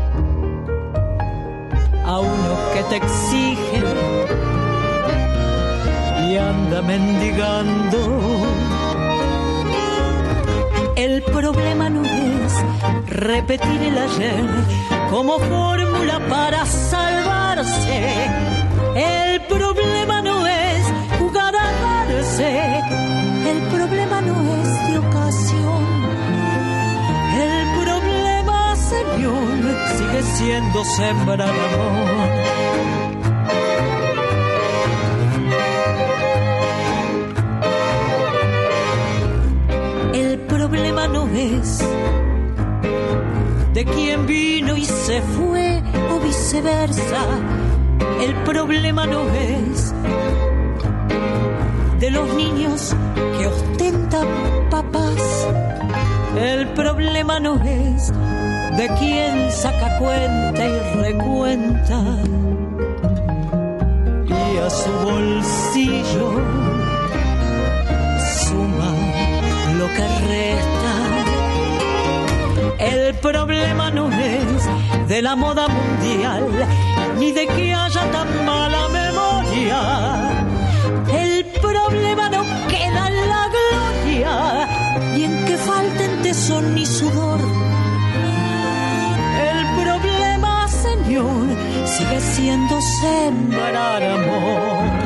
a uno que te exige y anda mendigando. El problema no es repetir el ayer como fórmula para salvarse. El problema no es jugar a darse. El problema no es de ocasión. El problema, Señor, sigue siendo sembrar amor. El problema no es de quien vino y se fue o viceversa. El problema no es de los niños que ostentan papás. El problema no es de quien saca cuenta y recuenta y a su bolsillo suma lo que resta. El problema no es de la moda mundial ni de que haya tan mala memoria. El problema no queda en la gloria ni en que falten tesón ni sudor. El problema, Señor, sigue siendo sembrar amor.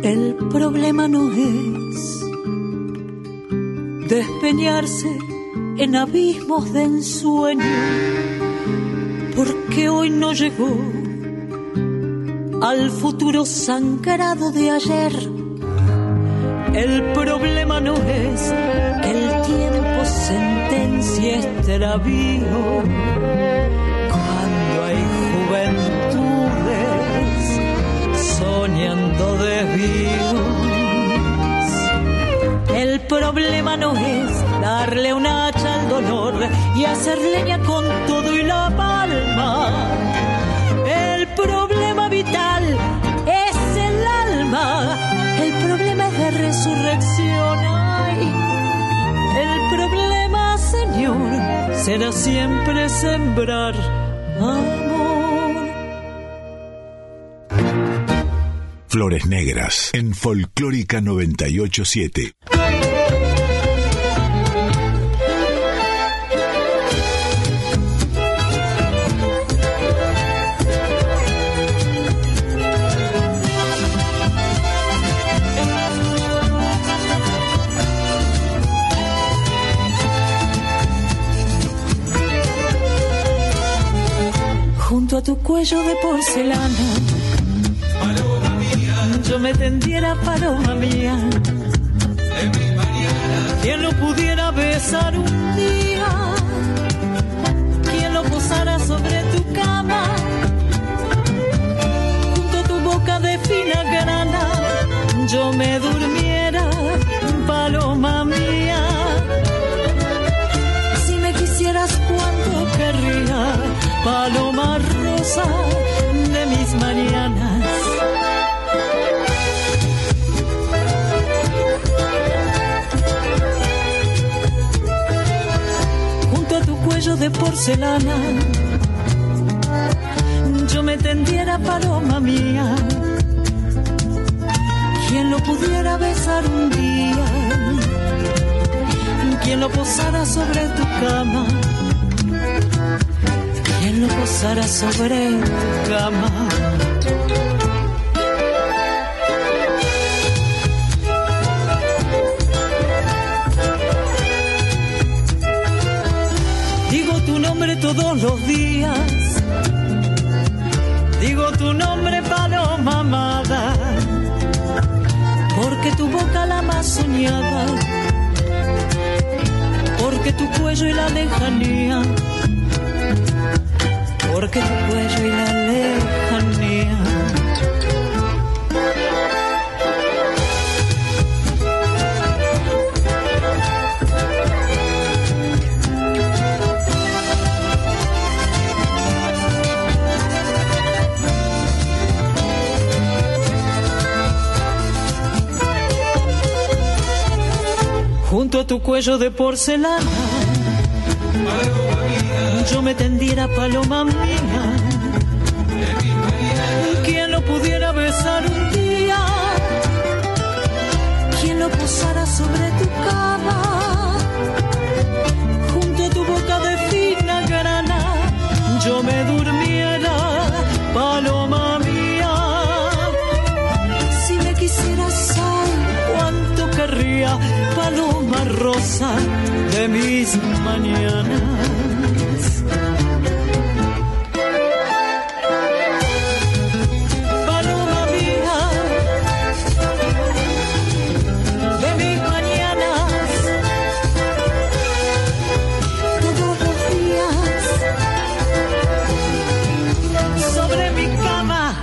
El problema no es despeñarse en abismos de ensueño, porque hoy no llegó al futuro sangrado de ayer. El problema no es que el tiempo sentencie extravío cuando hay juventudes soñando desvíos. El problema no es darle un hacha al dolor y hacer leña con todo y la palma. El problema vital es el alma. El problema es de resurrección. Ay, el problema, Señor, será siempre sembrar amor. Flores Negras en Folclórica 98.7. Junto a tu cuello de porcelana, paloma mía, yo me tendiera, paloma mía, de mi mañana. Quien lo pudiera besar un día, quien lo posara sobre tu cama, junto a tu boca de fina grana, yo me durmiera, paloma mía. Si me quisieras cuánto querría, paloma rosa de mis mañanas. Junto a tu cuello de porcelana, yo me tendiera, paloma mía. Quien lo pudiera besar un día, quien lo posara sobre tu cama, quien lo posara sobre tu cama. Digo tu nombre todos los días, digo tu nombre, paloma amada, porque tu boca la más soñada, porque tu cuello y la lejanía, porque tu cuello y la lejanía. Junto a tu cuello de porcelana, yo me tendiera, paloma mía. Quien lo pudiera besar un día, quien lo posara sobre tu cama, junto a tu boca de fina grana, yo me durmiera, paloma mía. Si me quisieras, ay, cuánto querría, paloma rosa de mis mañanas. Paloma mía, de mis mañanas, todos los días, sobre mi cama.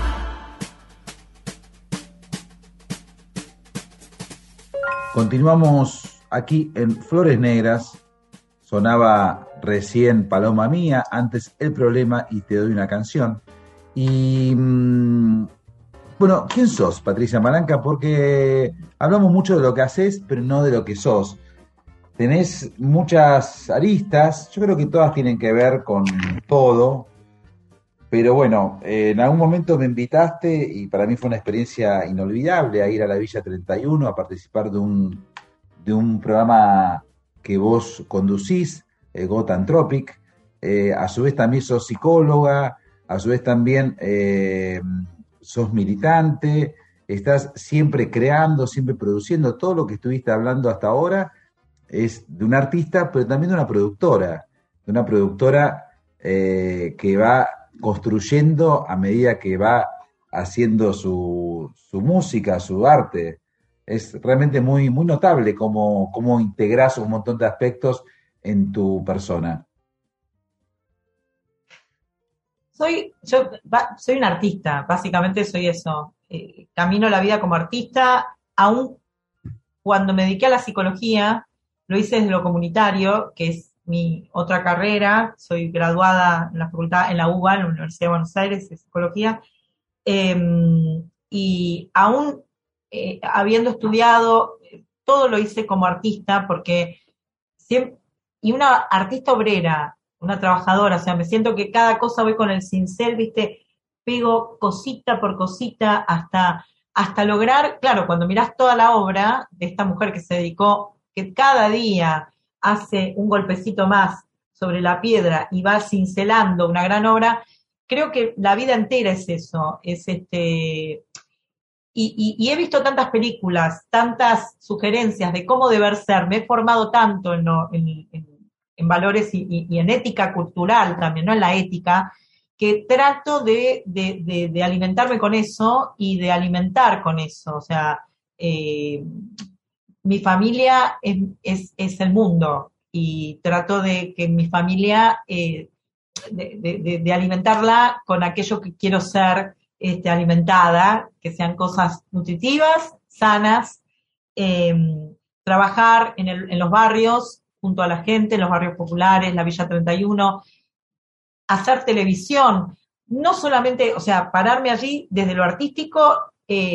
Continuamos aquí en Flores Negras. Sonaba recién Paloma Mía, antes El Problema y Te Doy una Canción. Y bueno, ¿quién sos, Patricia Malanca? Porque hablamos mucho de lo que haces, pero no de lo que sos. Tenés muchas aristas, yo creo que todas tienen que ver con todo, pero bueno, en algún momento me invitaste y para mí fue una experiencia inolvidable a ir a la Villa 31 a participar de un programa que vos conducís, Gotham Tropic. A su vez también sos psicóloga, a su vez también sos militante, estás siempre creando, siempre produciendo. Todo lo que estuviste hablando hasta ahora es de un artista, pero también de una productora que va construyendo a medida que va haciendo su música, su arte. Es realmente muy, muy notable cómo integras un montón de aspectos en tu persona. Soy un artista, básicamente soy eso. Camino la vida como artista, aún cuando me dediqué a la psicología, lo hice desde lo comunitario, que es mi otra carrera. Soy graduada en la facultad, en la UBA, en la Universidad de Buenos Aires, de psicología. Y aún habiendo estudiado, todo lo hice como artista, porque siempre, y una artista obrera, una trabajadora, o sea, me siento que cada cosa voy con el cincel, ¿viste? Pego cosita por cosita hasta lograr, claro, cuando mirás toda la obra de esta mujer que se dedicó, que cada día hace un golpecito más sobre la piedra y va cincelando una gran obra, creo que la vida entera es eso, es y he visto tantas películas, tantas sugerencias de cómo deber ser, me he formado tanto en valores y en ética cultural también, no en la ética, que trato de alimentarme con eso y de alimentar con eso. O sea, mi familia es el mundo y trato de que mi familia, de alimentarla con aquello que quiero ser alimentada, que sean cosas nutritivas, sanas, trabajar en los barrios, junto a la gente, en los barrios populares, la Villa 31, hacer televisión, no solamente, o sea, pararme allí desde lo artístico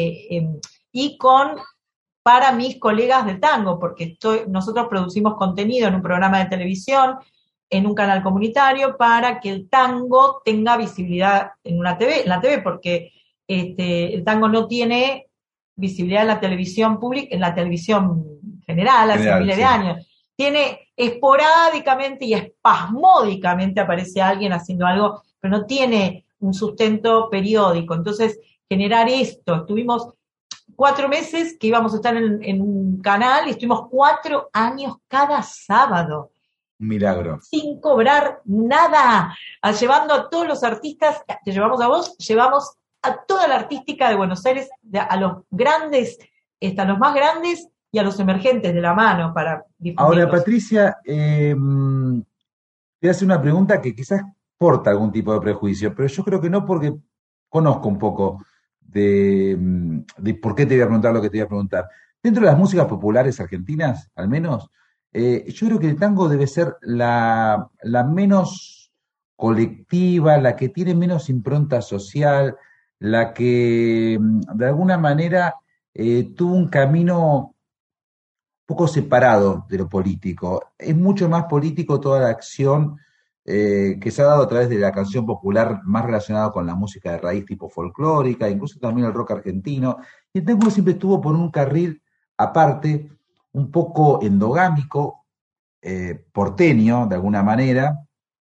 y para mis colegas de tango, porque nosotros producimos contenido en un programa de televisión, en un canal comunitario, para que el tango tenga visibilidad en la TV, porque el tango no tiene visibilidad en la televisión pública, en la televisión general, hace miles de años. Tiene esporádicamente y espasmódicamente aparece alguien haciendo algo, pero no tiene un sustento periódico. Entonces, generar esto, estuvimos 4 meses que íbamos a estar en un canal y estuvimos 4 años cada sábado. Un milagro. Sin cobrar nada, llevando a todos los artistas, te llevamos a vos, llevamos a toda la artística de Buenos Aires, a los grandes, a los más grandes y a los emergentes de la mano para difundirlos. Ahora, Patricia, te voy a hacer una pregunta que quizás porta algún tipo de prejuicio, pero yo creo que no, porque conozco un poco de por qué te voy a preguntar lo que te voy a preguntar. Dentro de las músicas populares argentinas, al menos, yo creo que el tango debe ser la menos colectiva, la que tiene menos impronta social, la que de alguna manera tuvo un camino poco separado de lo político. Es mucho más político toda la acción que se ha dado a través de la canción popular más relacionada con la música de raíz tipo folclórica, incluso también el rock argentino. Y el tango siempre estuvo por un carril aparte, un poco endogámico, porteño de alguna manera,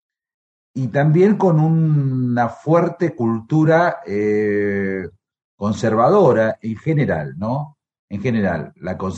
y también con una fuerte cultura conservadora en general, ¿no? En general,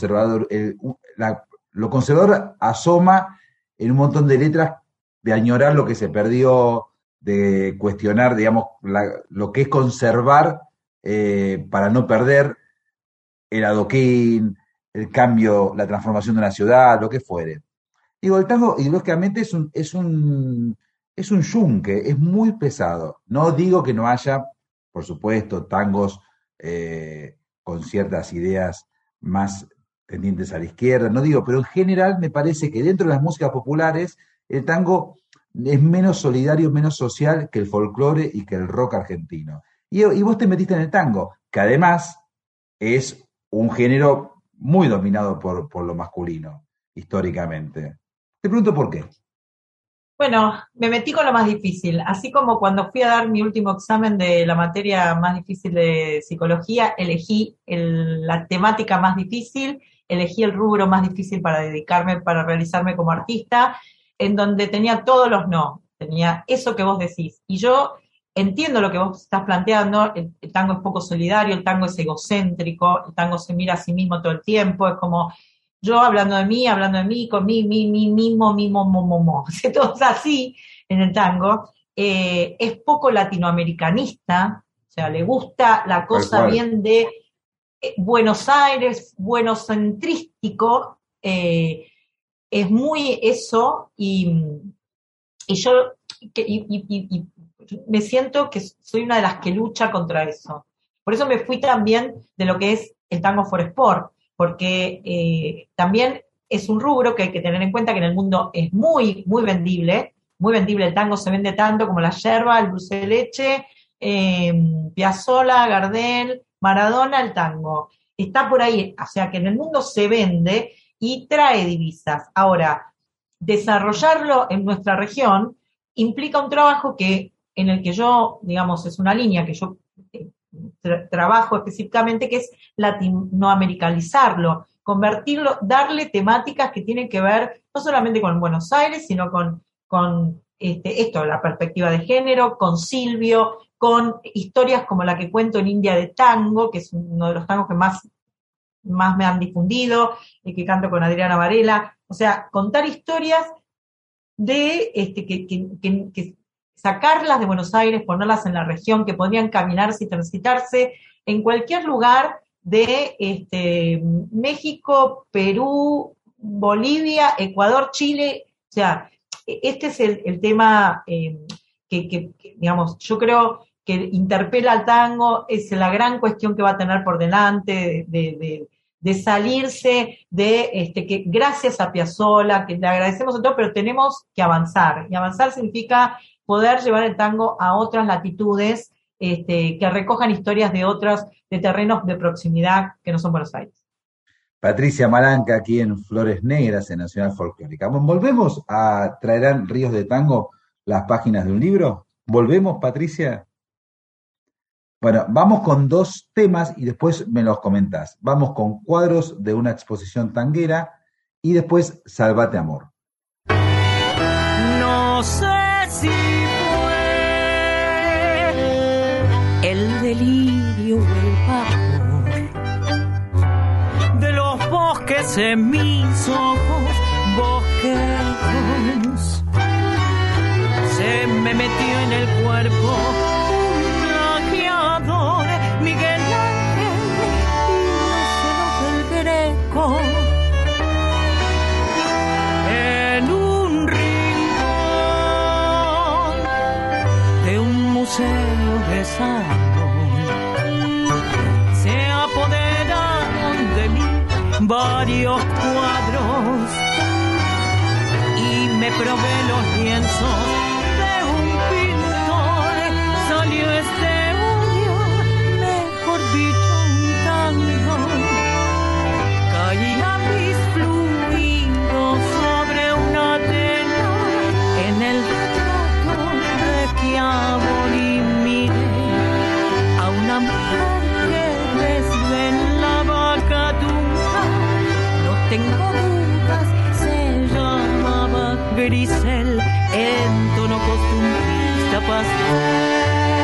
lo conservador asoma en un montón de letras de añorar lo que se perdió, de cuestionar, digamos, lo que es conservar para no perder el adoquín, el cambio, la transformación de una ciudad, lo que fuere. Digo, el tango ideológicamente es un yunque, es muy pesado. No digo que no haya, por supuesto, tangos con ciertas ideas más tendientes a la izquierda, no digo, pero en general me parece que dentro de las músicas populares el tango es menos solidario, menos social que el folclore y que el rock argentino. Y vos te metiste en el tango, que además es un género muy dominado por lo masculino, históricamente. Te pregunto por qué. Bueno, me metí con lo más difícil, así como cuando fui a dar mi último examen de la materia más difícil de psicología, elegí la temática más difícil, elegí el rubro más difícil para dedicarme, para realizarme como artista, en donde tenía todos los no, tenía eso que vos decís. Y yo entiendo lo que vos estás planteando, el tango es poco solidario, el tango es egocéntrico, el tango se mira a sí mismo todo el tiempo, es como yo hablando de mí, con mi, mismo, mo. Todo es así en el tango. Es poco latinoamericanista, o sea, le gusta la cosa bien de Buenos Aires, buenocentrístico, es muy eso, y yo me siento que soy una de las que lucha contra eso. Por eso me fui también de lo que es el tango for sport, porque también es un rubro que hay que tener en cuenta que en el mundo es muy, muy vendible, el tango se vende tanto como la yerba, el dulce de leche, Piazzolla, Gardel, Maradona, el tango. Está por ahí, o sea que en el mundo se vende y trae divisas. Ahora, desarrollarlo en nuestra región implica un trabajo en el que yo, digamos, es una línea que yo trabajo específicamente, que es latinoamericalizarlo, convertirlo, darle temáticas que tienen que ver no solamente con Buenos Aires, sino con esto, la perspectiva de género, con Silvio, con historias como la que cuento en India de Tango, que es uno de los tangos que más me han difundido, que canto con Adriana Varela. O sea, contar historias de que sacarlas de Buenos Aires, ponerlas en la región, que podrían caminarse y transitarse en cualquier lugar de México, Perú, Bolivia, Ecuador, Chile. O sea, este es el tema que, digamos, yo creo que interpela al tango, es la gran cuestión que va a tener por delante de salirse de que gracias a Piazzolla, que le agradecemos a todos, pero tenemos que avanzar, y avanzar significa poder llevar el tango a otras latitudes, que recojan historias de terrenos de proximidad que no son Buenos Aires. Patricia Malanca, aquí en Flores Negras, en Nacional Folclórica. ¿Volvemos a Traerán Ríos de Tango, las páginas de un libro? ¿Volvemos, Patricia? Bueno, vamos con 2 temas y después me los comentás. Vamos con cuadros de una exposición tanguera y después Salvate Amor. No sé si fue el delirio o el vapor de los bosques en mis ojos, bosquejos. Se me metió en el cuerpo Miguel Ángel y los celos del Greco, en un rincón de un museo de Salomón se apoderaron de mí varios cuadros y me probé los lienzos de un pintor. Salió dicho un tango, caía mis fluidos sobre una tela en el retrato de Schiavone y miré a una mujer que desvelaba Catunga, no tengo dudas, se llamaba Grisel, en tono costumbrista pastel.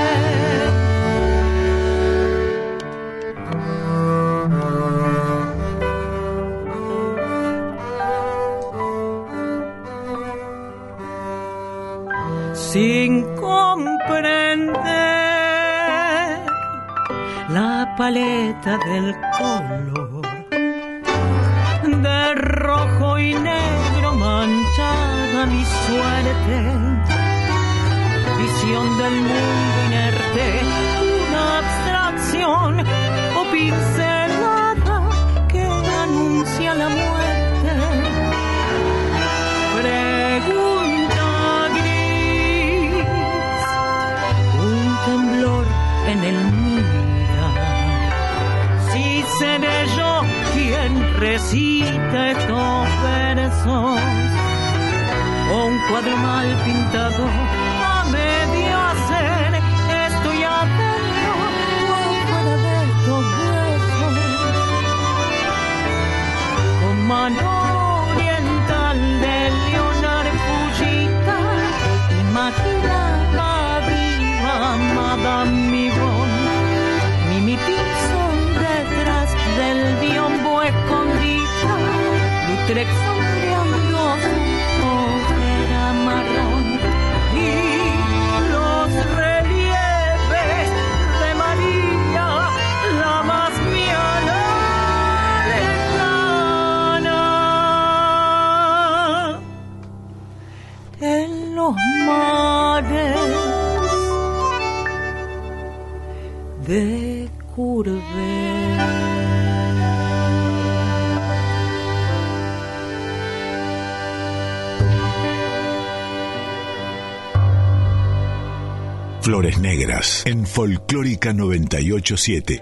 Sin comprender la paleta del color de rojo y negro manchada mi suerte, visión del mundo inerte, una abstracción o pincelada que anuncia la muerte. En el mirar, si seré yo quien recita estos versos, o un cuadro mal pintado a medio hacer, estoy atento fuera de estos huesos, con mano oriental de Leonardo Fujita, imaginaba viva de Courbet. Flores Negras en Folclórica 98.7.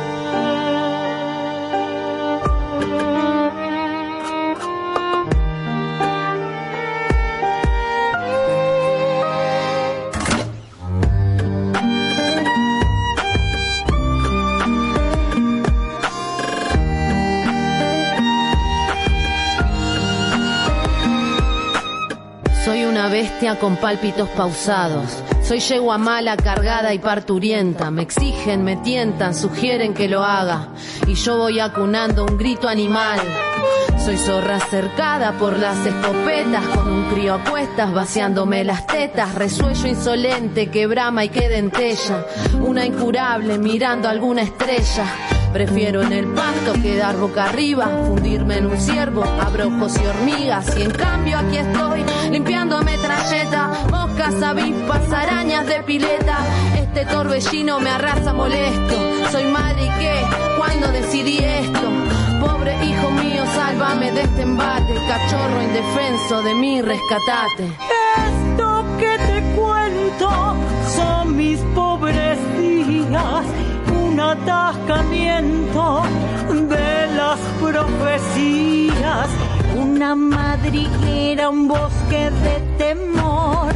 Soy una bestia con pálpitos pausados. Soy yegua mala, cargada y parturienta. Me exigen, me tientan, sugieren que lo haga. Y yo voy acunando un grito animal. Soy zorra cercada por las escopetas, con un crío a cuestas vaciándome las tetas. Resuello insolente que brama y que dentella. Una incurable mirando alguna estrella. Prefiero en el pasto quedar boca arriba, fundirme en un ciervo, abrojos y hormigas. Y en cambio aquí estoy, limpiando metralleta, moscas, avispas, arañas de pileta. Este torbellino me arrasa molesto. Soy madre y qué, ¿cuándo decidí esto? Pobre hijo mío, sálvame de este embate. Cachorro indefenso, de mí rescatate. Esto que te cuento son mis pobres días, un atascamiento de las profecías, una madriguera, un bosque de temor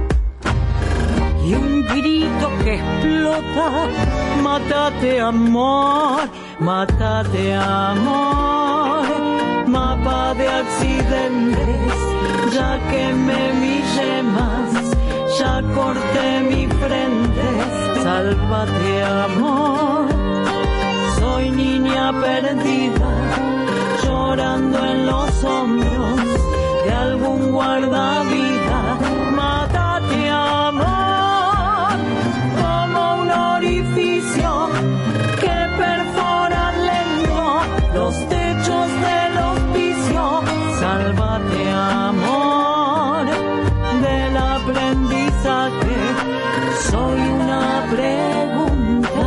y un grito que explota. Mátate amor, mátate amor. Mapa de accidentes, ya quemé mis yemas, ya corté mi frente. Sálvate amor. Soy niña perdida, llorando en los hombros de algún guardavida. Mátate amor, como un orificio que perfora lento los techos del hospicio. Sálvate amor del aprendizaje. Soy una pregunta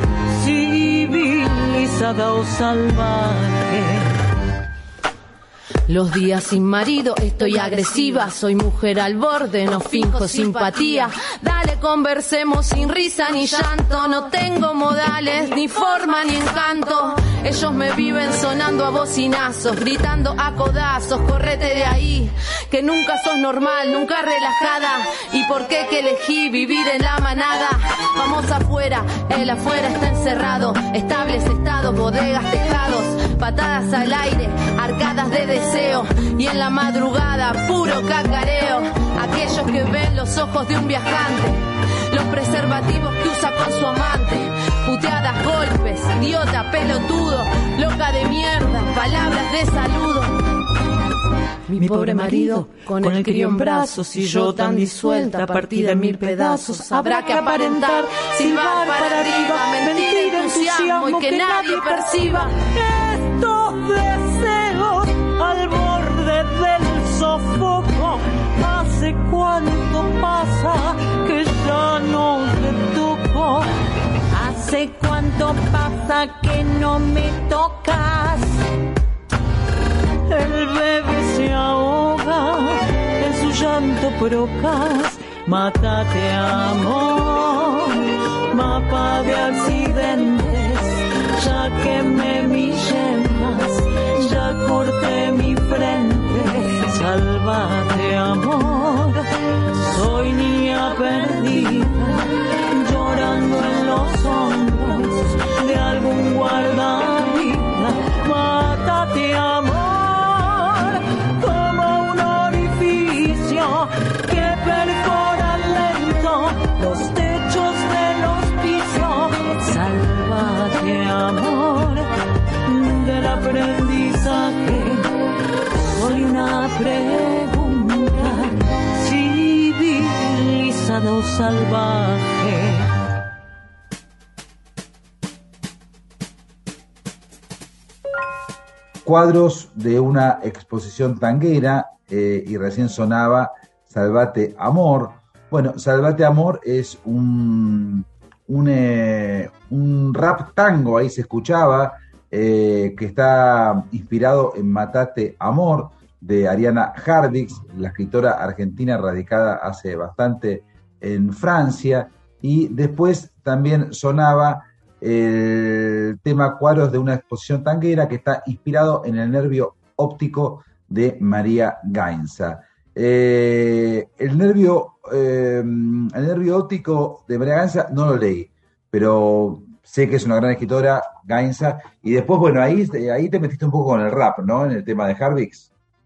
civilizada o salvaje. Los días sin marido, estoy agresiva. Soy mujer al borde, no finjo simpatía. Dale, conversemos sin risa ni llanto. No tengo modales, ni forma ni encanto. Ellos me viven sonando a bocinazos, gritando a codazos, correte de ahí, que nunca sos normal, nunca relajada. ¿Y por qué que elegí vivir en la manada? Vamos afuera, el afuera está encerrado. Estables, estados, bodegas, tejados, patadas al aire, arcadas de deseo. Y en la madrugada, puro cacareo. Aquellos que ven los ojos de un viajante, los preservativos que usa con su amante. Puteadas, golpes, idiota, pelotudo, loca de mierda, palabras de saludo. Mi pobre marido, con el crío en brazos y yo tan disuelta, partida en mil pedazos. Habrá que aparentar, silbar para arriba, mentir, entusiasmo y que nadie perciba estos deseos al borde del sofoco. ¿Hace cuánto pasa que ya no te toco? ¿Hace cuánto pasa que no me tocas? El bebé se ahoga en su llanto procas. Mátate amor, mapa de accidentes. Ya quemé mis yemas, ya corté mi frente. Sálvate amor, soy niña perdida, llorando en los hombros de algún guardavida. Mátate amor, como un orificio que perfora lento los techos del hospicio. Sálvate amor del aprendizaje. Soy una pregunta civilizada o salvaje. Cuadros de una exposición tanguera, y recién sonaba Sálvate Amor. Bueno, Sálvate Amor es un un rap tango, ahí se escuchaba, que está inspirado en Matate Amor, de Ariana Harvix, la escritora argentina radicada hace bastante en Francia, y después también sonaba el tema Cuadros de una exposición tanguera, que está inspirado en el nervio óptico de María Gainza. El nervio óptico de María Gainza no lo leí, pero sé que es una gran escritora, Gainza, y después, bueno, ahí te metiste un poco con el rap, ¿no? En el tema de Harvix.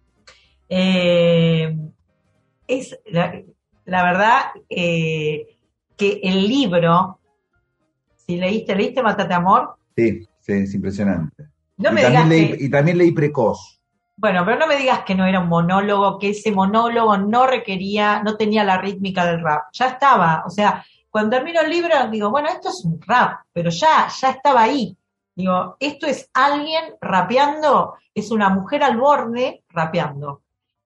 Es la verdad que el libro, si leíste Mátate Amor. Sí, es impresionante. No me digas y también leí Precoz. Bueno, pero no me digas que no era un monólogo, que ese monólogo no tenía la rítmica del rap. Ya estaba, o sea, cuando termino el libro digo, bueno, esto es un rap, pero ya estaba ahí. Digo, esto es alguien rapeando, es una mujer al borde rapeando.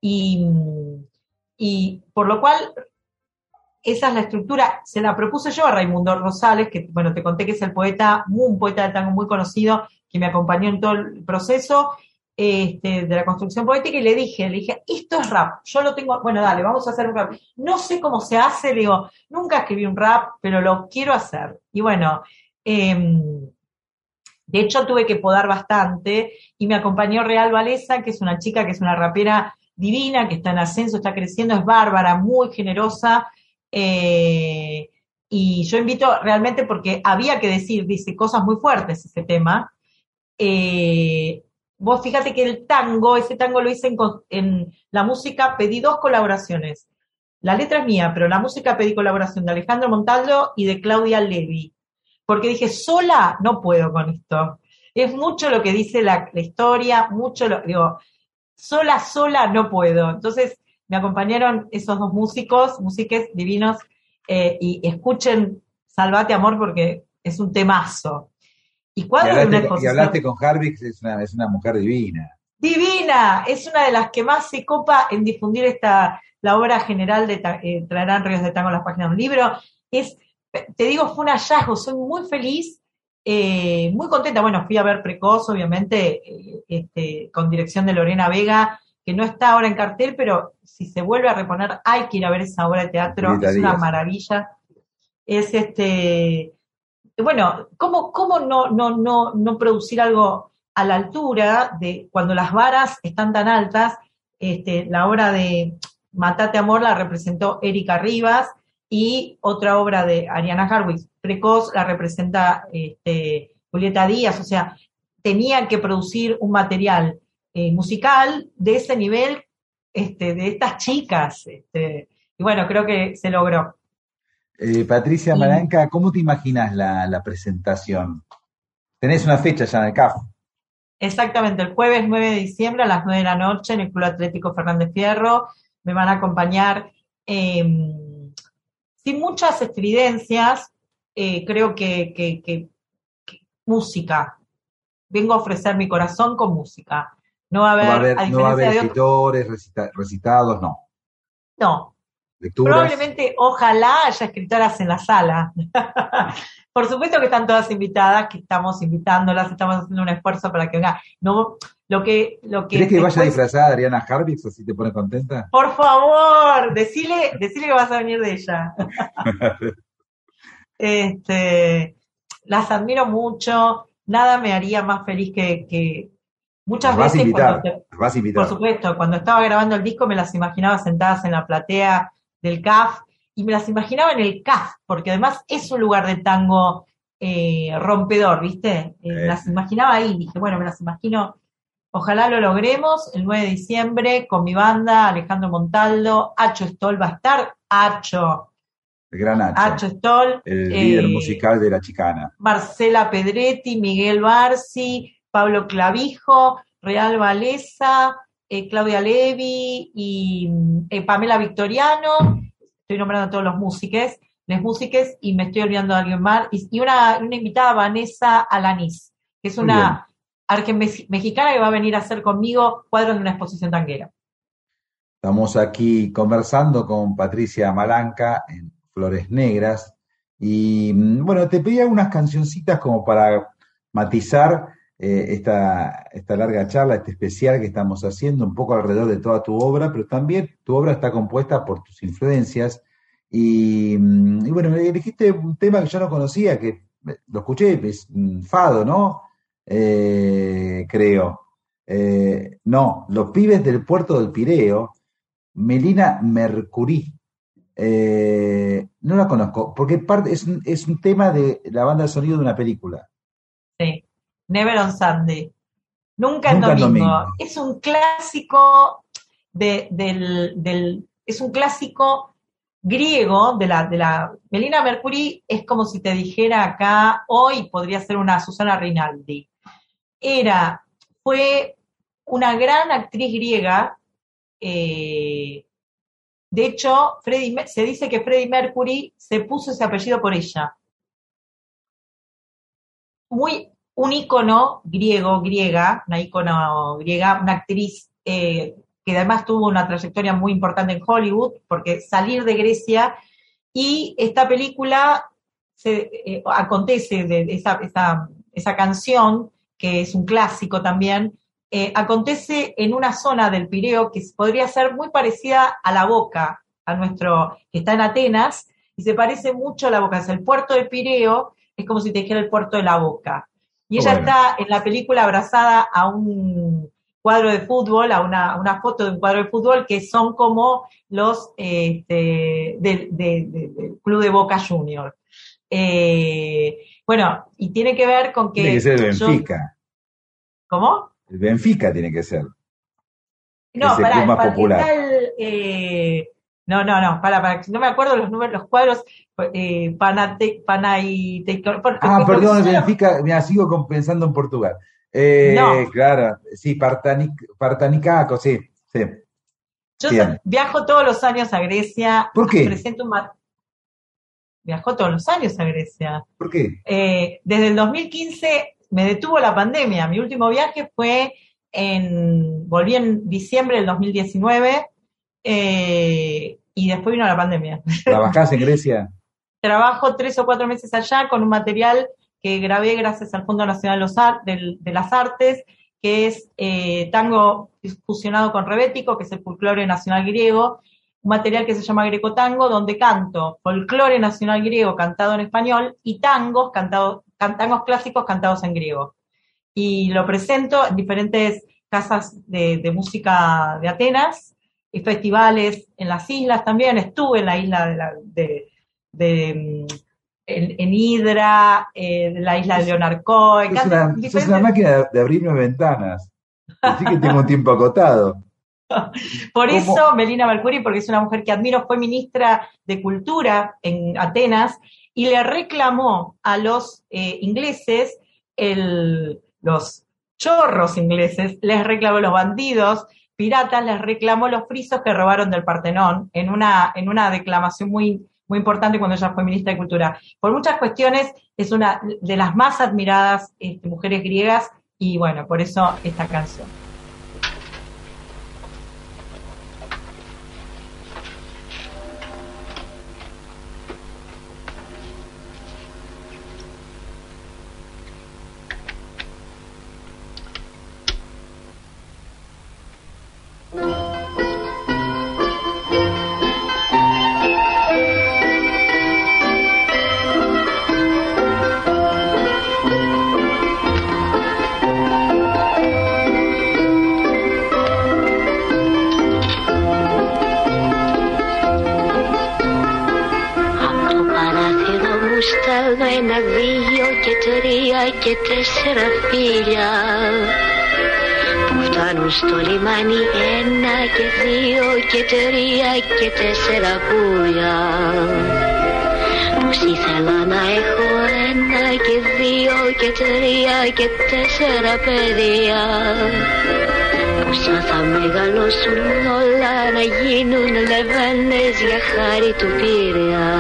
Y por lo cual, esa es la estructura. Se la propuse yo a Raimundo Rosales, que, bueno, te conté que es un poeta de tango muy conocido, que me acompañó en todo el proceso de la construcción poética, y le dije, esto es rap, yo lo tengo, bueno, dale, vamos a hacer un rap. No sé cómo se hace, le digo, nunca escribí un rap, pero lo quiero hacer. Y bueno, de hecho tuve que podar bastante, y me acompañó Real Valesa, que es una chica que es una rapera divina, que está en ascenso, está creciendo, es bárbara, muy generosa, y yo invito realmente, porque había que dice cosas muy fuertes ese tema. Vos fíjate que ese tango lo hice en la música, pedí 2 colaboraciones. La letra es mía, pero la música pedí colaboración de Alejandro Montaldo y de Claudia Levi, porque dije, sola no puedo con esto. Es mucho lo que dice la historia, digo, sola no puedo. Entonces me acompañaron esos 2 músiques divinos, y escuchen Salvate Amor, porque es un temazo. Y hablaste con Harvix, es una mujer divina. Divina, es una de las que más se copa en difundir la obra general de Traerán Ríos de Tango en las páginas de un libro. Te digo, fue un hallazgo, soy muy feliz, muy contenta. Bueno, fui a ver Precoz, obviamente, con dirección de Lorena Vega, que no está ahora en cartel, pero si se vuelve a reponer, hay que ir a ver esa obra de teatro, es una maravilla. Es bueno, ¿cómo no producir algo a la altura de cuando las varas están tan altas? La obra de Matate Amor la representó Erika Rivas, y otra obra de Ariana Harvix, Precoz, la representa Julieta Díaz. O sea, tenían que producir un material musical de ese nivel, de estas chicas. Y bueno, creo que se logró. Patricia Malanca, ¿cómo te imaginas la presentación? Tenés una fecha ya en el CAF. Exactamente, el jueves 9 de diciembre a las 9 de la noche en el Club Atlético Fernández Fierro. Me van a acompañar sin muchas estridencias, creo que música. Vengo a ofrecer mi corazón con música. No va a haber escritores, recitados, no. No. Lecturas. Probablemente, ojalá haya escritoras en la sala. Por supuesto que están todas invitadas, que estamos invitándolas, estamos haciendo un esfuerzo para que venga. No, ¿Querés que vaya disfrazada de Ariana Harvix, así te pone contenta? Por favor, decile que vas a venir de ella. Las admiro mucho, nada me haría más feliz que muchas las veces vas a invitar. Por supuesto, cuando estaba grabando el disco me las imaginaba sentadas en la platea del CAF, y me las imaginaba en el CAF, porque además es un lugar de tango rompedor, ¿viste? Las imaginaba ahí, dije, bueno, me las imagino, ojalá lo logremos, el 9 de diciembre, con mi banda, Alejandro Montaldo, Acho Stoll va a estar, el gran Acho Stoll, el líder musical de La Chicana, Marcela Pedretti, Miguel Barsi, Pablo Clavijo, Real Valesa, Claudia Levi y Pamela Victoriano. Estoy nombrando a todos los músiques, y me estoy olvidando de alguien más. Y una invitada, Vanessa Alanís, que es una mexicana que va a venir a hacer conmigo cuadros de una exposición tanguera. Estamos aquí conversando con Patricia Malanca en Flores Negras, Y bueno, te pedí algunas cancioncitas como para matizar esta larga charla, este especial que estamos haciendo, un poco alrededor de toda tu obra, pero también tu obra está compuesta por tus influencias. Y bueno, elegiste un tema que yo no conocía, que lo escuché, es Fado, ¿no? Creo. No, Los pibes del puerto del Pireo, Melina Mercury. No la conozco, porque es un tema de la banda de sonido de una película. Sí, Never on Sunday. Nunca en Nunca en domingo. domingo. Es un clásico es un clásico griego de la Melina Mercury. Es como si te dijera acá, hoy podría ser una Susana Rinaldi. Fue una gran actriz griega. De hecho, se dice que Freddie Mercury se puso ese apellido por ella. Un ícono griega, una actriz que además tuvo una trayectoria muy importante en Hollywood, porque salir de Grecia, y esta película acontece de esa canción, que es un clásico también, acontece en una zona del Pireo que podría ser muy parecida a La Boca, que está en Atenas, y se parece mucho a La Boca. Es el puerto de Pireo, es como si te dijera el puerto de La Boca. Y ella está en la película abrazada a un cuadro de fútbol, a una foto de un cuadro de fútbol, que son como los del Club de Boca Juniors. Bueno, y tiene que ver con que... Tiene que ser el Benfica. ¿Cómo? El Benfica tiene que ser. No, es el club más popular. No, no me acuerdo los cuadros. Perdón, el Benfica, me sigo pensando en Portugal. No. Claro, sí, Partanicaco, sí. Yo viajo todos los años a Grecia. ¿Por qué? Viajo todos los años a Grecia. ¿Por qué? Desde el 2015 me detuvo la pandemia. Mi último viaje volví en diciembre del 2019 y después vino la pandemia. ¿Trabajás en Grecia? Trabajo 3 o 4 meses allá con un material que grabé gracias al Fondo Nacional de las Artes, que es tango fusionado con rebético, que es el folclore nacional griego, un material que se llama Grecotango, donde canto folclore nacional griego cantado en español y tangos clásicos cantados en griego. Y lo presento en diferentes casas de música de Atenas, y festivales en las islas también. Estuve en la isla en Hidra, la isla de Leonarco. Es una máquina de abrirme ventanas. Así que tengo un tiempo acotado. Por eso, Melina Mercury, porque es una mujer que admiro, fue ministra de Cultura en Atenas y le reclamó a los ingleses, los chorros ingleses, les reclamó los bandidos, piratas, les reclamó los frisos que robaron del Partenón en una declamación muy, muy importante cuando ella fue ministra de Cultura. Por muchas cuestiones, es una de las más admiradas mujeres griegas y bueno, por eso esta canción. Ένα, δύο και τρία και τέσσερα φίλια που φτάνουν στο λιμάνι. Ένα και δύο και τρία και τέσσερα πουλιά. Πως ήθελα να έχω ένα και δύο και τρία και τέσσερα παιδιά. Πόσα θα μεγαλώσουν όλα να γίνουν λεβένες για χάρη του Πειραιά.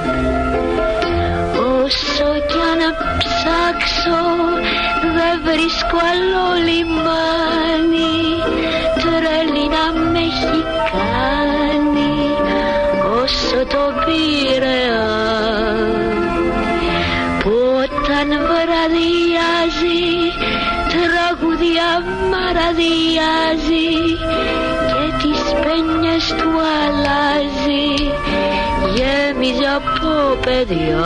Όσο κι αν ψάξω δεν βρίσκω άλλο λιμάνι, τρέλη να με έχει κάνει όσο το Πειραιά. διαμαραδίαζει και τις πένιες του αλλάζει, γέμιζε από παιδιά.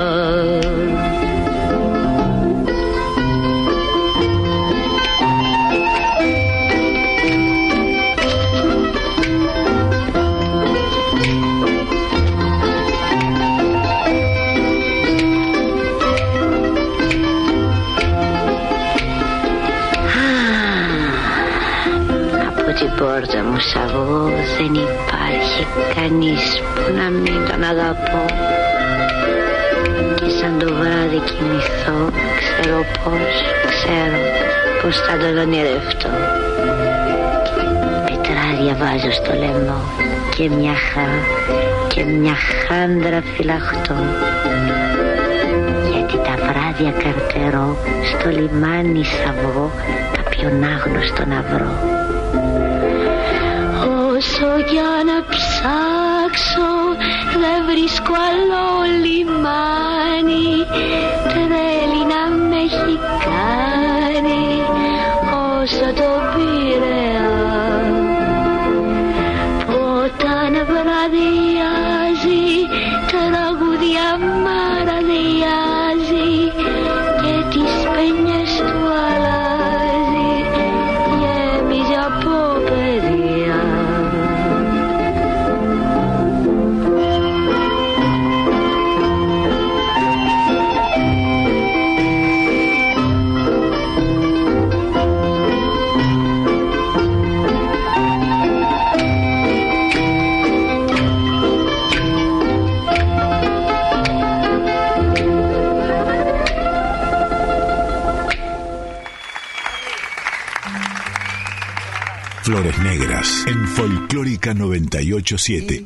Την πόρτα μου σ' αυγό δεν υπάρχει κανείς που να μην τον αγαπώ, και σαν το βράδυ κοιμηθώ ξέρω πως θα τον ονειρευτώ. Πετράδια βάζω στο λαιμό και μια χάντρα φυλαχτώ, γιατί τα βράδια καρτερώ στο λιμάνι θα βγω κάποιον άγνωστο να βρω. Όσο κι να ψάξω δεν βρίσκω άλλο λιμάνι, τρέλη να με έχει κάνει όσο το Πειραιά. Που όταν βραδιάζει τραγούδια μαραδιάζει και τις πένιες του αλλάζει, γέμιζε από παιδιά. Flores Negras en Folclórica 98.7.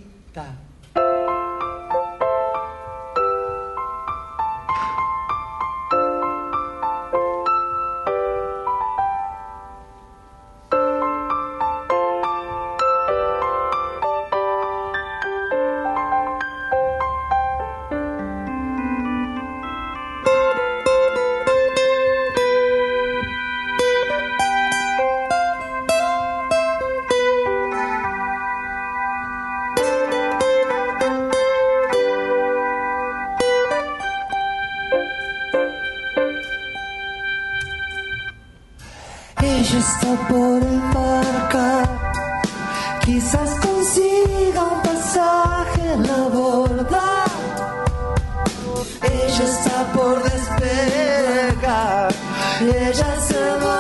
Ella está por embarcar, quizás consiga un pasaje en la borda. Ella está por despegar, ella se va.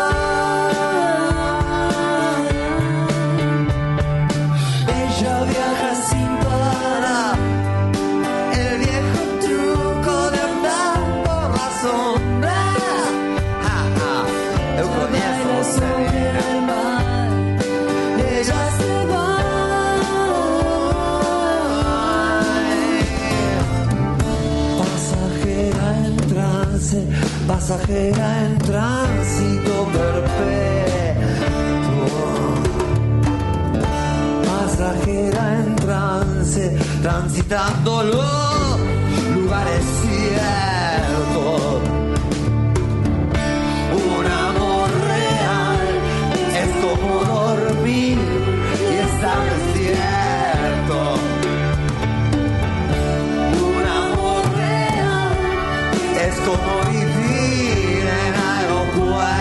Ella viaja sin parar, el viejo truco de andar por la sombra. Ella se va. Pasajera en trance, pasajera en tránsito perpetuo. Pasajera en trance, transitando los lugares ciertos. Un amor real es como dormir y estar despierto. Un amor real es como vivir en aeropuerto.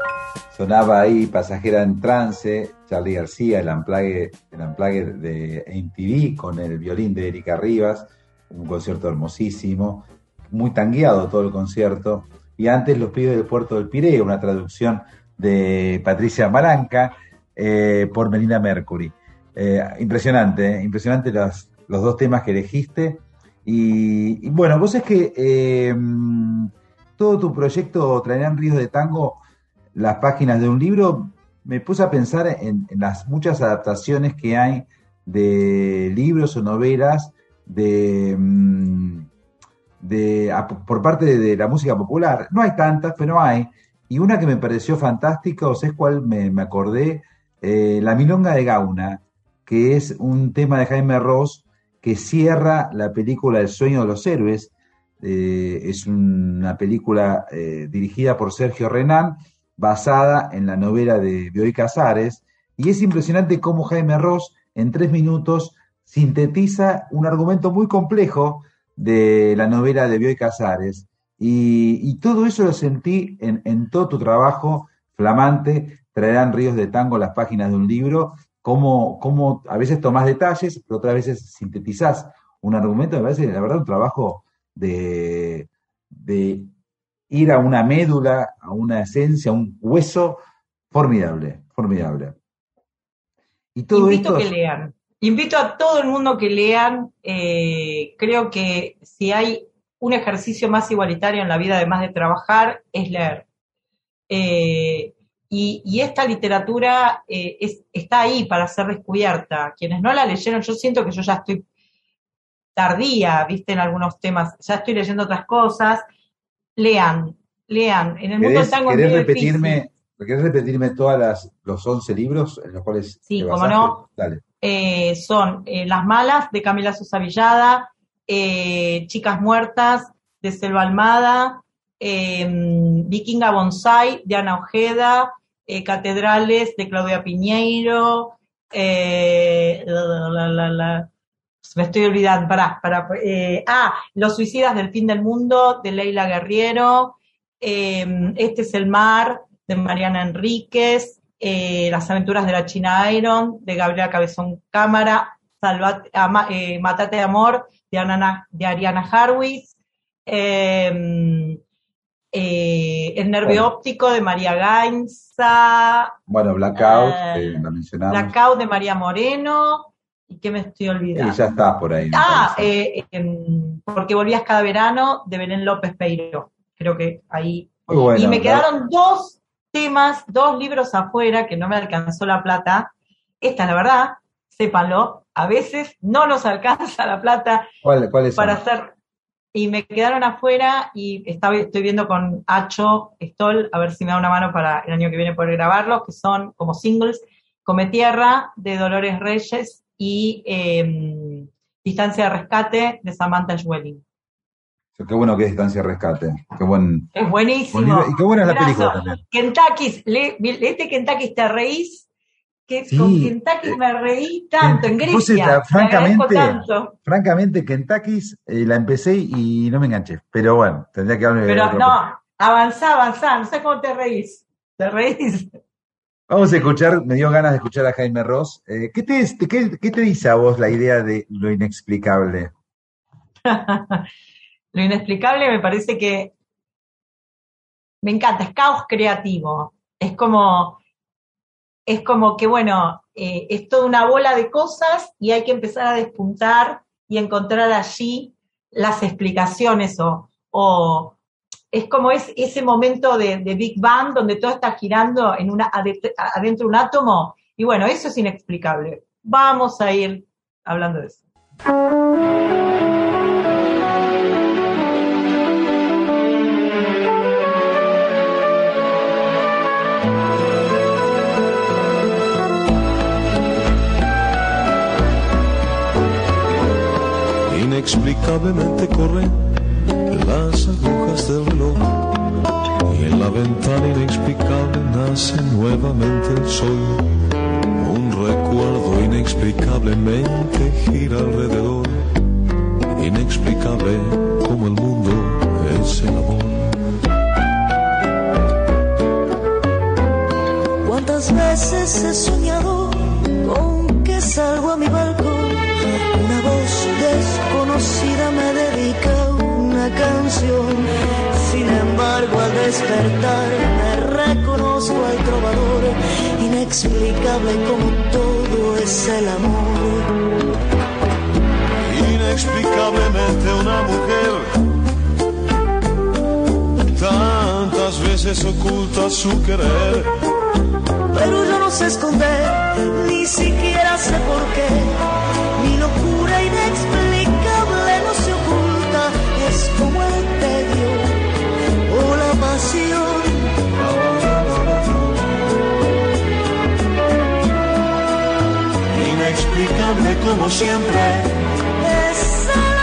Sonaba ahí Pasajera en Trance, Charly García, el unplugged de MTV con el violín de Erika Rivas, un concierto hermosísimo, muy tangueado todo el concierto. Y antes Los Pibes del Puerto del Pireo, una traducción de Patricia Maranca por Melina Mercury. Impresionante los dos temas que elegiste. Y bueno, vos es que todo tu proyecto Traerán Ríos de Tango, las páginas de un libro, me puse a pensar en las muchas adaptaciones que hay de libros o novelas por parte de la música popular. No hay tantas, pero hay. Y una que me pareció fantástica, o sea, cuál me acordé, La Milonga de Gauna, que es un tema de Jaime Ross que cierra la película El Sueño de los Héroes. Es una película dirigida por Sergio Renán, basada en la novela de Bioy Casares, y es impresionante cómo Jaime Ross en 3 minutos sintetiza un argumento muy complejo de la novela de Bioy Casares, y todo eso lo sentí en todo tu trabajo flamante. Traerán Ríos de Tango, las páginas de un libro, cómo a veces tomás detalles, pero otras veces sintetizás un argumento. Me parece, la verdad, un trabajo de ir a una médula, a una esencia, a un hueso formidable. Y todo Invito que lean. Invito a todo el mundo que lean. Creo que si hay un ejercicio más igualitario en la vida, además de trabajar, es leer. Y esta literatura está ahí para ser descubierta. Quienes no la leyeron, yo siento que yo ya estoy tardía, viste, en algunos temas, ya estoy leyendo otras cosas. Lean. En el mundo del tango ¿Querés repetirme los 11 libros en los cuales sí, cómo no. Dale. Son Las Malas, de Camila Sosa Villada, Chicas Muertas, de Selva Almada, Vikinga Bonsai, de Ana Ojeda, Catedrales, de Claudia Piñeiro, me estoy olvidando, Los Suicidas del Fin del Mundo, de Leila Guerriero, Este es el Mar, de Mariana Enríquez, Las Aventuras de la China Iron, de Gabriela Cabezón Cámara, Matate de Amor, de Ariana Harwitz, El Nervio Óptico, de María Gainza. Bueno, Blackout, la mencionamos. Blackout, de María Moreno. ¿Y qué me estoy olvidando? Y ya está por ahí. Porque volvías cada verano, de Belén López Peiró. Creo que ahí. Muy bueno, y me quedaron 2 temas, 2 libros afuera, que no me alcanzó la plata. Esta es la verdad, sépanlo, a veces no nos alcanza la plata ¿Cuáles para son? hacer. Y me quedaron afuera, y estoy viendo con Acho Stoll a ver si me da una mano para el año que viene poder grabarlos, que son como singles: Come Tierra, de Dolores Reyes, y Distancia de Rescate, de Samantha Schweling. Qué bueno que es Distancia de Rescate. Es buenísimo. Y qué buena es la película también. Kentucky, léete Kentucky, te reís. Sí. Con Kentucky me reí tanto, en Grecia. Francamente, Kentucky la empecé y no me enganché. Pero bueno, tendría que hablar. Pero no, avanzá, no sé cómo te reís. ¿Te reís? Vamos a escuchar, me dio ganas de escuchar a Jaime Ross. ¿Qué te dice a vos la idea de lo inexplicable? Lo inexplicable me parece que me encanta, es caos creativo. Es como que, bueno, es toda una bola de cosas y hay que empezar a despuntar y encontrar allí las explicaciones o es como ese momento de Big Bang donde todo está girando adentro de un átomo, y bueno, eso es inexplicable. Vamos a ir hablando de eso. Inexplicablemente corren las agujas del reloj y en la ventana inexplicable nace nuevamente el sol. Un recuerdo inexplicablemente gira alrededor, inexplicable como el mundo es el amor. veces he soñado con que salgo a mi balcón. Una voz desconocida me dedica una canción. Sin embargo, al despertar me reconozco al trovador. Inexplicable como todo es el amor. Inexplicablemente una mujer tantas veces oculta su querer, pero yo no sé esconder, ni siquiera sé por qué. Mi locura inexplicable no se oculta, es como el tedio o la pasión. Inexplicable como siempre es el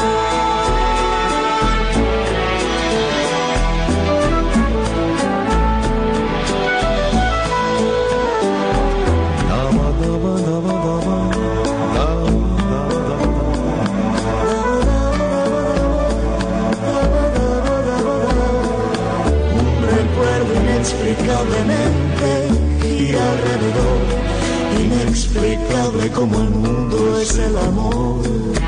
inexplicablemente gira alrededor. Inexplicable como el mundo es el amor.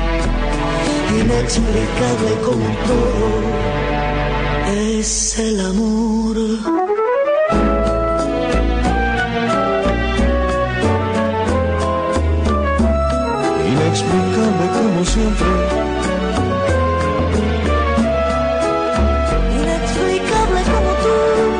Inexplicable como todo es el amor. Inexplicable como siempre. Inexplicable como tú.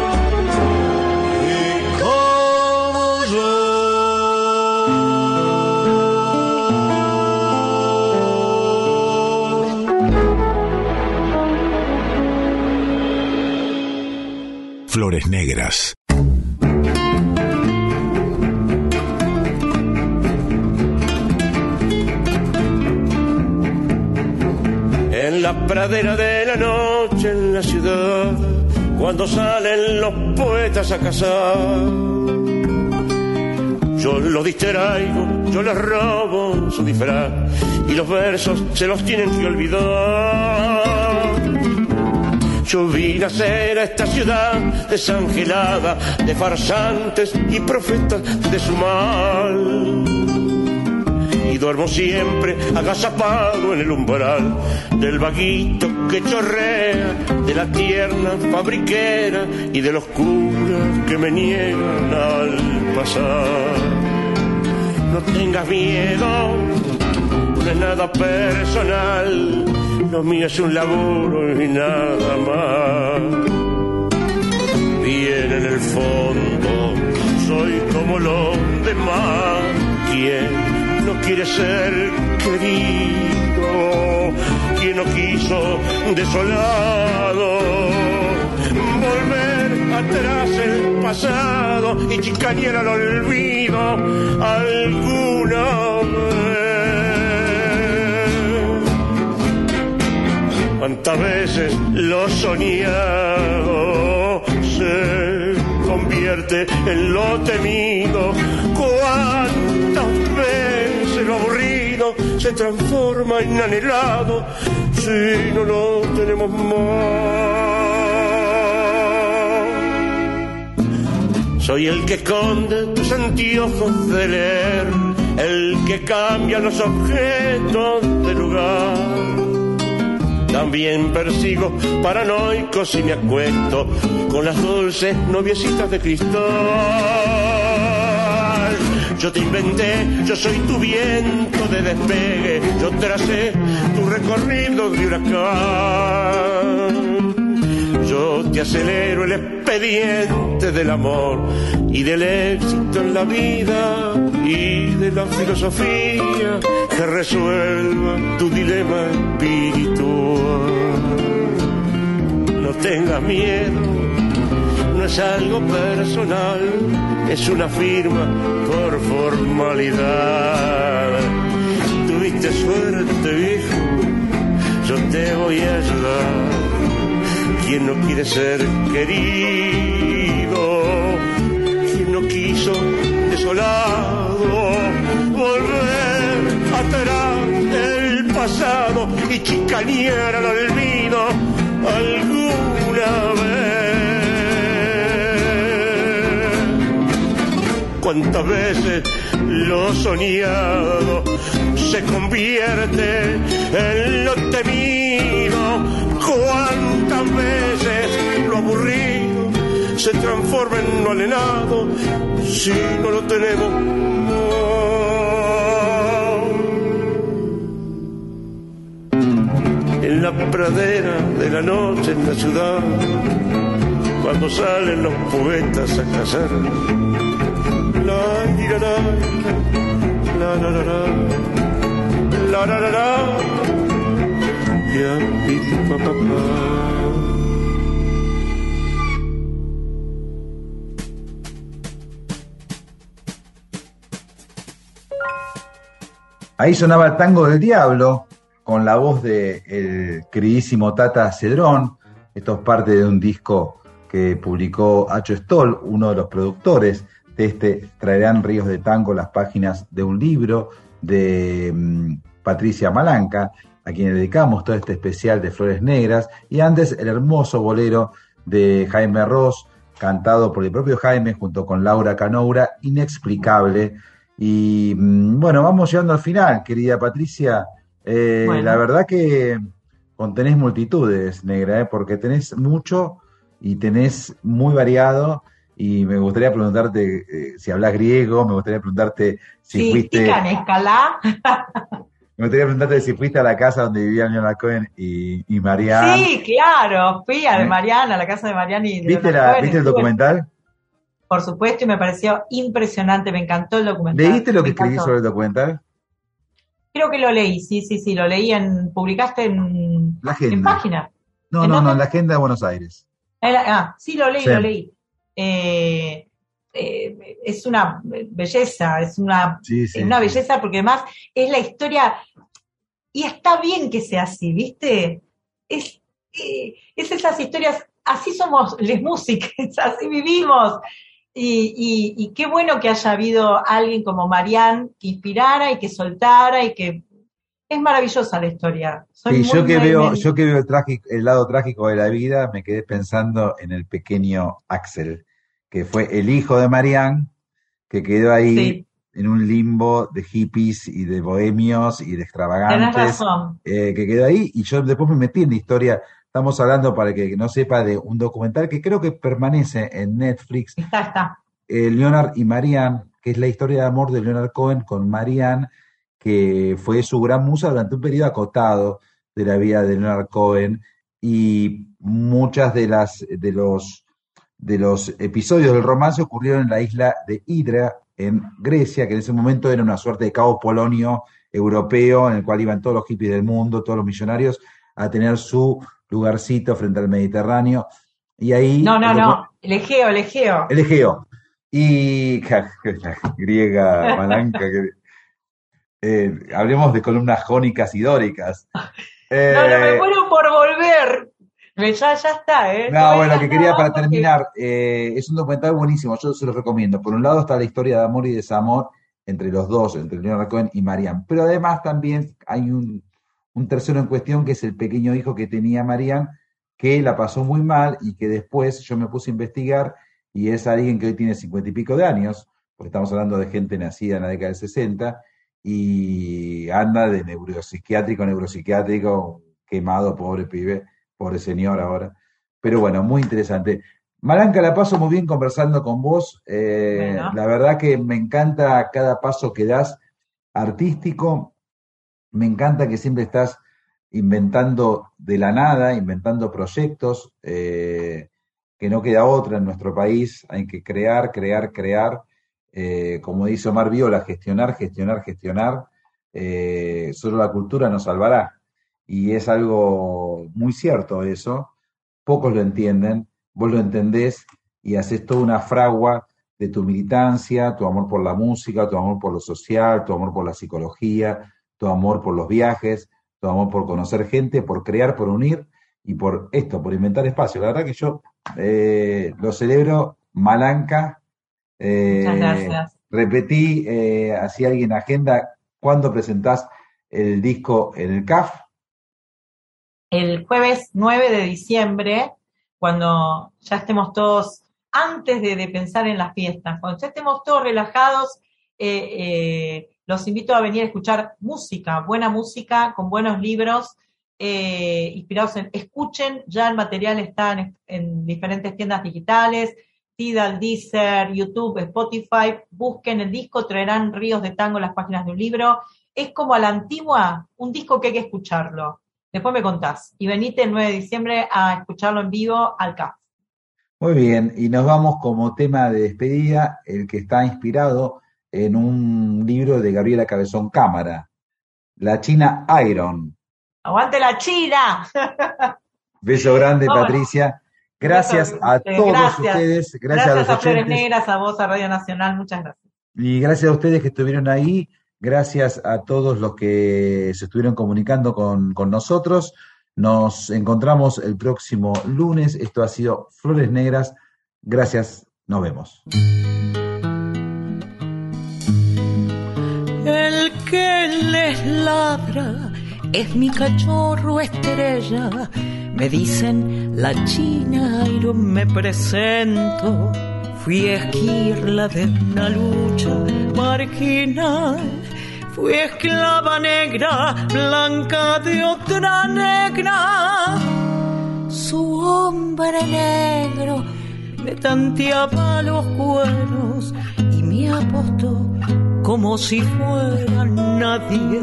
Flores Negras. En la pradera de la noche en la ciudad, cuando salen los poetas a cazar, yo los distraigo, yo les robo su disfraz y los versos se los tienen que olvidar. Yo vine a ser a esta ciudad desangelada de farsantes y profetas de su mal. Y duermo siempre agazapado en el umbral del vaguito que chorrea, de la tierna fabriquera y de los curas que me niegan al pasar. No tengas miedo, no es nada personal. Lo mío es un laburo y nada más. Bien en el fondo soy como los demás. ¿Quién no quiere ser querido? ¿Quién no quiso desolado volver atrás el pasado y chicanear al olvido alguna vez? Cuántas veces lo soñado se convierte en lo temido, cuántas veces lo aburrido se transforma en anhelado si no lo tenemos más. Soy el que esconde tus anteojos de leer, el que cambia los objetos de lugar. También persigo paranoicos y me acuesto con las dulces noviecitas de cristal. Yo te inventé, yo soy tu viento de despegue, yo tracé tu recorrido de huracán. Yo te acelero el expediente del amor y del éxito en la vida y de la filosofía que resuelva tu dilema espiritual. No tengas miedo, no es algo personal, es una firma por formalidad. Tuviste suerte, viejo, yo te voy a ayudar. ¿Quién no quiere ser querido? ¿Quién no quiso desolado volver atrás el pasado y chicanear al olvido alguna vez? cuántas veces lo soñado se convierte en lo temido, cuántas veces lo aburrido se transforma en lo anhelado si no lo tenemos. En la pradera de la noche en la ciudad, cuando salen los poetas a cazar, la la la la la la la la, ya papá. Ahí sonaba el Tango del Diablo, con la voz del queridísimo Tata Cedrón. Esto es parte de un disco que publicó Acho Stoll, uno de los productores de este Traerán Ríos de Tango, las páginas de un libro de Patricia Malanca, a quien dedicamos todo este especial de Flores Negras, y antes el hermoso bolero de Jaime Ross, cantado por el propio Jaime junto con Laura Canoura, Inexplicable. Y bueno, vamos llegando al final, querida Patricia. Bueno. La verdad que contenés multitudes, negra, porque tenés mucho y tenés muy variado. Y me gustaría preguntarte si hablas griego, me gustaría preguntarte si fuiste... Me gustaría preguntarte si fuiste a la casa donde vivían Leonard Cohen y Marianne. Sí, claro, fui a Marianne, a la casa de Marianne y ¿Viste el documental? Por supuesto, y me pareció impresionante, me encantó el documental. ¿Leíste lo que escribí sobre el documental? Creo que lo leí, sí, lo leí publicaste en la agenda. En página. No, en la agenda de Buenos Aires. Sí, lo leí. Es una belleza, es una belleza porque además es la historia, y está bien que sea así, ¿viste? Es esas historias, así somos les músicas, así vivimos. Y qué bueno que haya habido alguien como Marianne que inspirara y que soltara y que es maravillosa la historia. Yo que veo el lado trágico de la vida, me quedé pensando en el pequeño Axel, que fue el hijo de Marianne, que quedó ahí en un limbo de hippies y de bohemios y de extravagantes. Tenés razón. Que quedó ahí, y yo después me metí en la historia. Estamos hablando, para el que no sepa, de un documental que creo que permanece en Netflix. Está. Leonard y Marianne, que es la historia de amor de Leonard Cohen con Marianne, que fue su gran musa durante un periodo acotado de la vida de Leonard Cohen, y muchas de los episodios del romance ocurrieron en la isla de Hydra, en Grecia, que en ese momento era una suerte de Cabo Polonio europeo, en el cual iban todos los hippies del mundo, todos los millonarios, a tener su lugarcito frente al Mediterráneo. Y ahí... No, el Egeo. El Egeo. Y la griega Malanca, hablemos de columnas jónicas y dóricas. No, me muero por volver. Ya está, No, bueno, que quería para terminar, es un documental buenísimo, yo se lo recomiendo. Por un lado está la historia de amor y desamor entre los dos, entre Leonard Cohen y Marianne, pero además también hay un tercero en cuestión, que es el pequeño hijo que tenía Marianne, que la pasó muy mal y que después yo me puse a investigar, y es alguien que hoy tiene 50 y pico de años, porque estamos hablando de gente nacida en la década del 60, y anda de neuropsiquiátrico, quemado, pobre pibe, pobre señor ahora. Pero bueno, muy interesante. Malanca, la paso muy bien conversando con vos. Bueno. La verdad que me encanta cada paso que das artístico. Me encanta que siempre estás inventando de la nada, inventando proyectos, que no queda otra en nuestro país. Hay que crear. Como dice Omar Viola, gestionar. Solo la cultura nos salvará. Y es algo muy cierto eso. Pocos lo entienden, vos lo entendés y haces toda una fragua de tu militancia, tu amor por la música, tu amor por lo social, tu amor por la psicología, tu amor por los viajes, tu amor por conocer gente, por crear, por unir y por inventar espacio. La verdad que yo lo celebro, Malanca. Muchas gracias. Repetí, así alguien agenda, ¿cuándo presentás el disco en el CAF? El jueves 9 de diciembre, cuando ya estemos todos antes de pensar en las fiestas. Cuando ya estemos todos relajados, los invito a venir a escuchar música, buena música, con buenos libros, inspirados en... Escuchen, ya el material está en diferentes tiendas digitales, Tidal, Deezer, YouTube, Spotify. Busquen el disco, traerán ríos de tango en las páginas de un libro. Es como a la antigua, un disco que hay que escucharlo. Después me contás. Y venite el 9 de diciembre a escucharlo en vivo al CAF. Muy bien, y nos vamos como tema de despedida, el que está inspirado en un libro de Gabriela Cabezón Cámara, La China Iron. ¡Aguante la China! Beso grande, Patricia. Gracias a todos ustedes. Gracias a Flores Negras, a vos, a Radio Nacional. Muchas gracias. Y gracias a ustedes que estuvieron ahí. Gracias a todos los que se estuvieron comunicando con nosotros. Nos encontramos el próximo lunes. Esto ha sido Flores Negras. Gracias. Nos vemos. El que les ladra es mi cachorro estrella. Me dicen la China Iron, me presento. Fui esquirla de una lucha marginal. Fui esclava negra, blanca de otra negra. Su hombre negro me tanteaba los cueros y me apostó como si fuera nadie.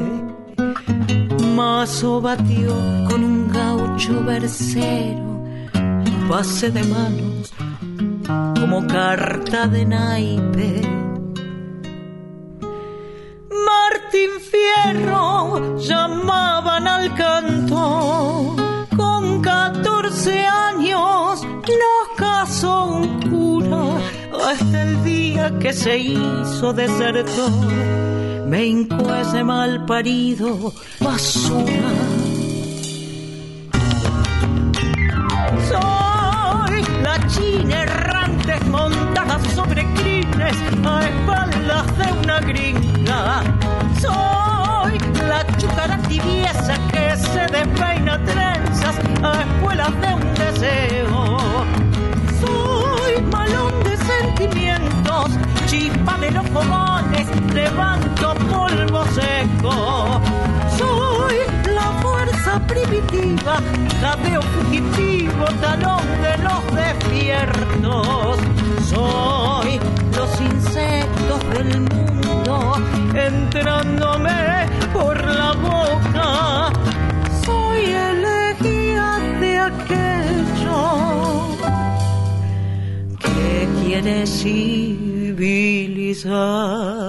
Mazo batió con un gaucho versero, pase de manos como carta de naipe. Martín Fierro llamaban al canto, con 14 años nos casó un cura, hasta el día que se hizo desertor. Me hincó ese mal parido basura. Soy la China errante montada sobre crines a espaldas de una gringa. Soy la chúcara tibieza que se despeina trenzas a espuelas de un deseo. Soy malón de sentimientos, chispa de los fogones, levanto polvo seco. Soy la fuerza primitiva, jadeo fugitivo, talón de los despiertos. Soy los insectos del mundo, entrándome por la boca. Soy elegía de aquello que quiere civilizar.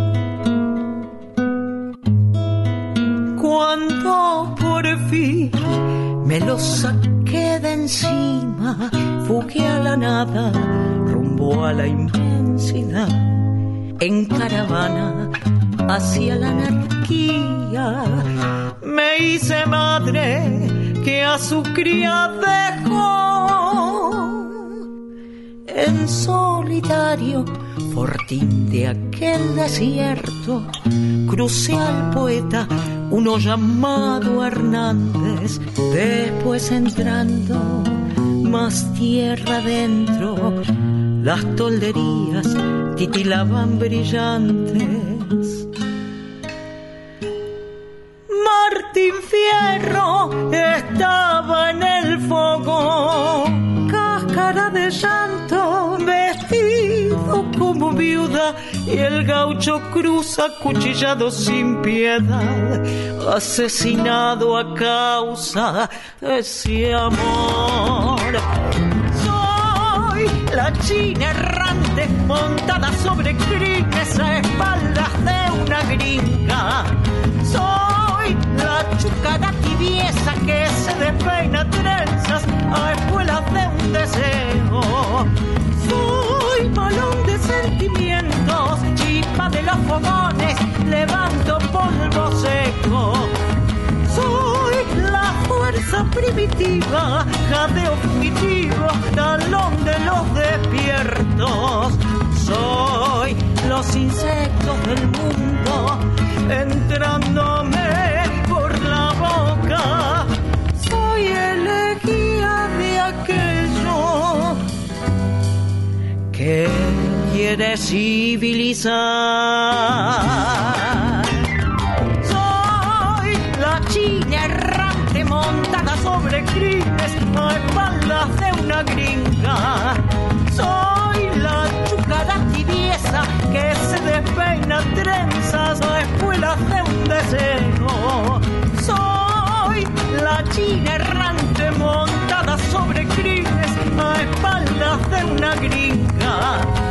Cuando por fin me lo saqué de encima, fugué a la nada, rumbo a la inmensidad, en caravana hacia la anarquía. Me hice madre que a su cría dejó. En solitario, fortín de aquel desierto, crucé al poeta, uno llamado Hernández. Después entrando más tierra adentro, las tolderías titilaban brillantes. Martín Fierro estaba en el fogón, cáscara de llanto, vestido como viuda, y el gaucho cruza cuchillado sin piedad, asesinado a causa de ese amor. Soy la China errante montada sobre crines a espaldas de una gringa. Soy la chúcara tibieza que se despeina trenzas a espuelas de un deseo. Soy malón de sentimientos, chispa de los fogones, levanto polvo seco. Soy la fuerza primitiva, jadeo fugitivo, talón de los despiertos. Soy los insectos del mundo, entrándome por la boca. Soy elegía de aquello quiere civilizar. Soy la china errante montada sobre crines a espaldas de una gringa. Soy la chúcara tibieza que se despeina trenzas a espuelas de un deseo. Soy la china errante montada sobre crines a espaldas de una gringa.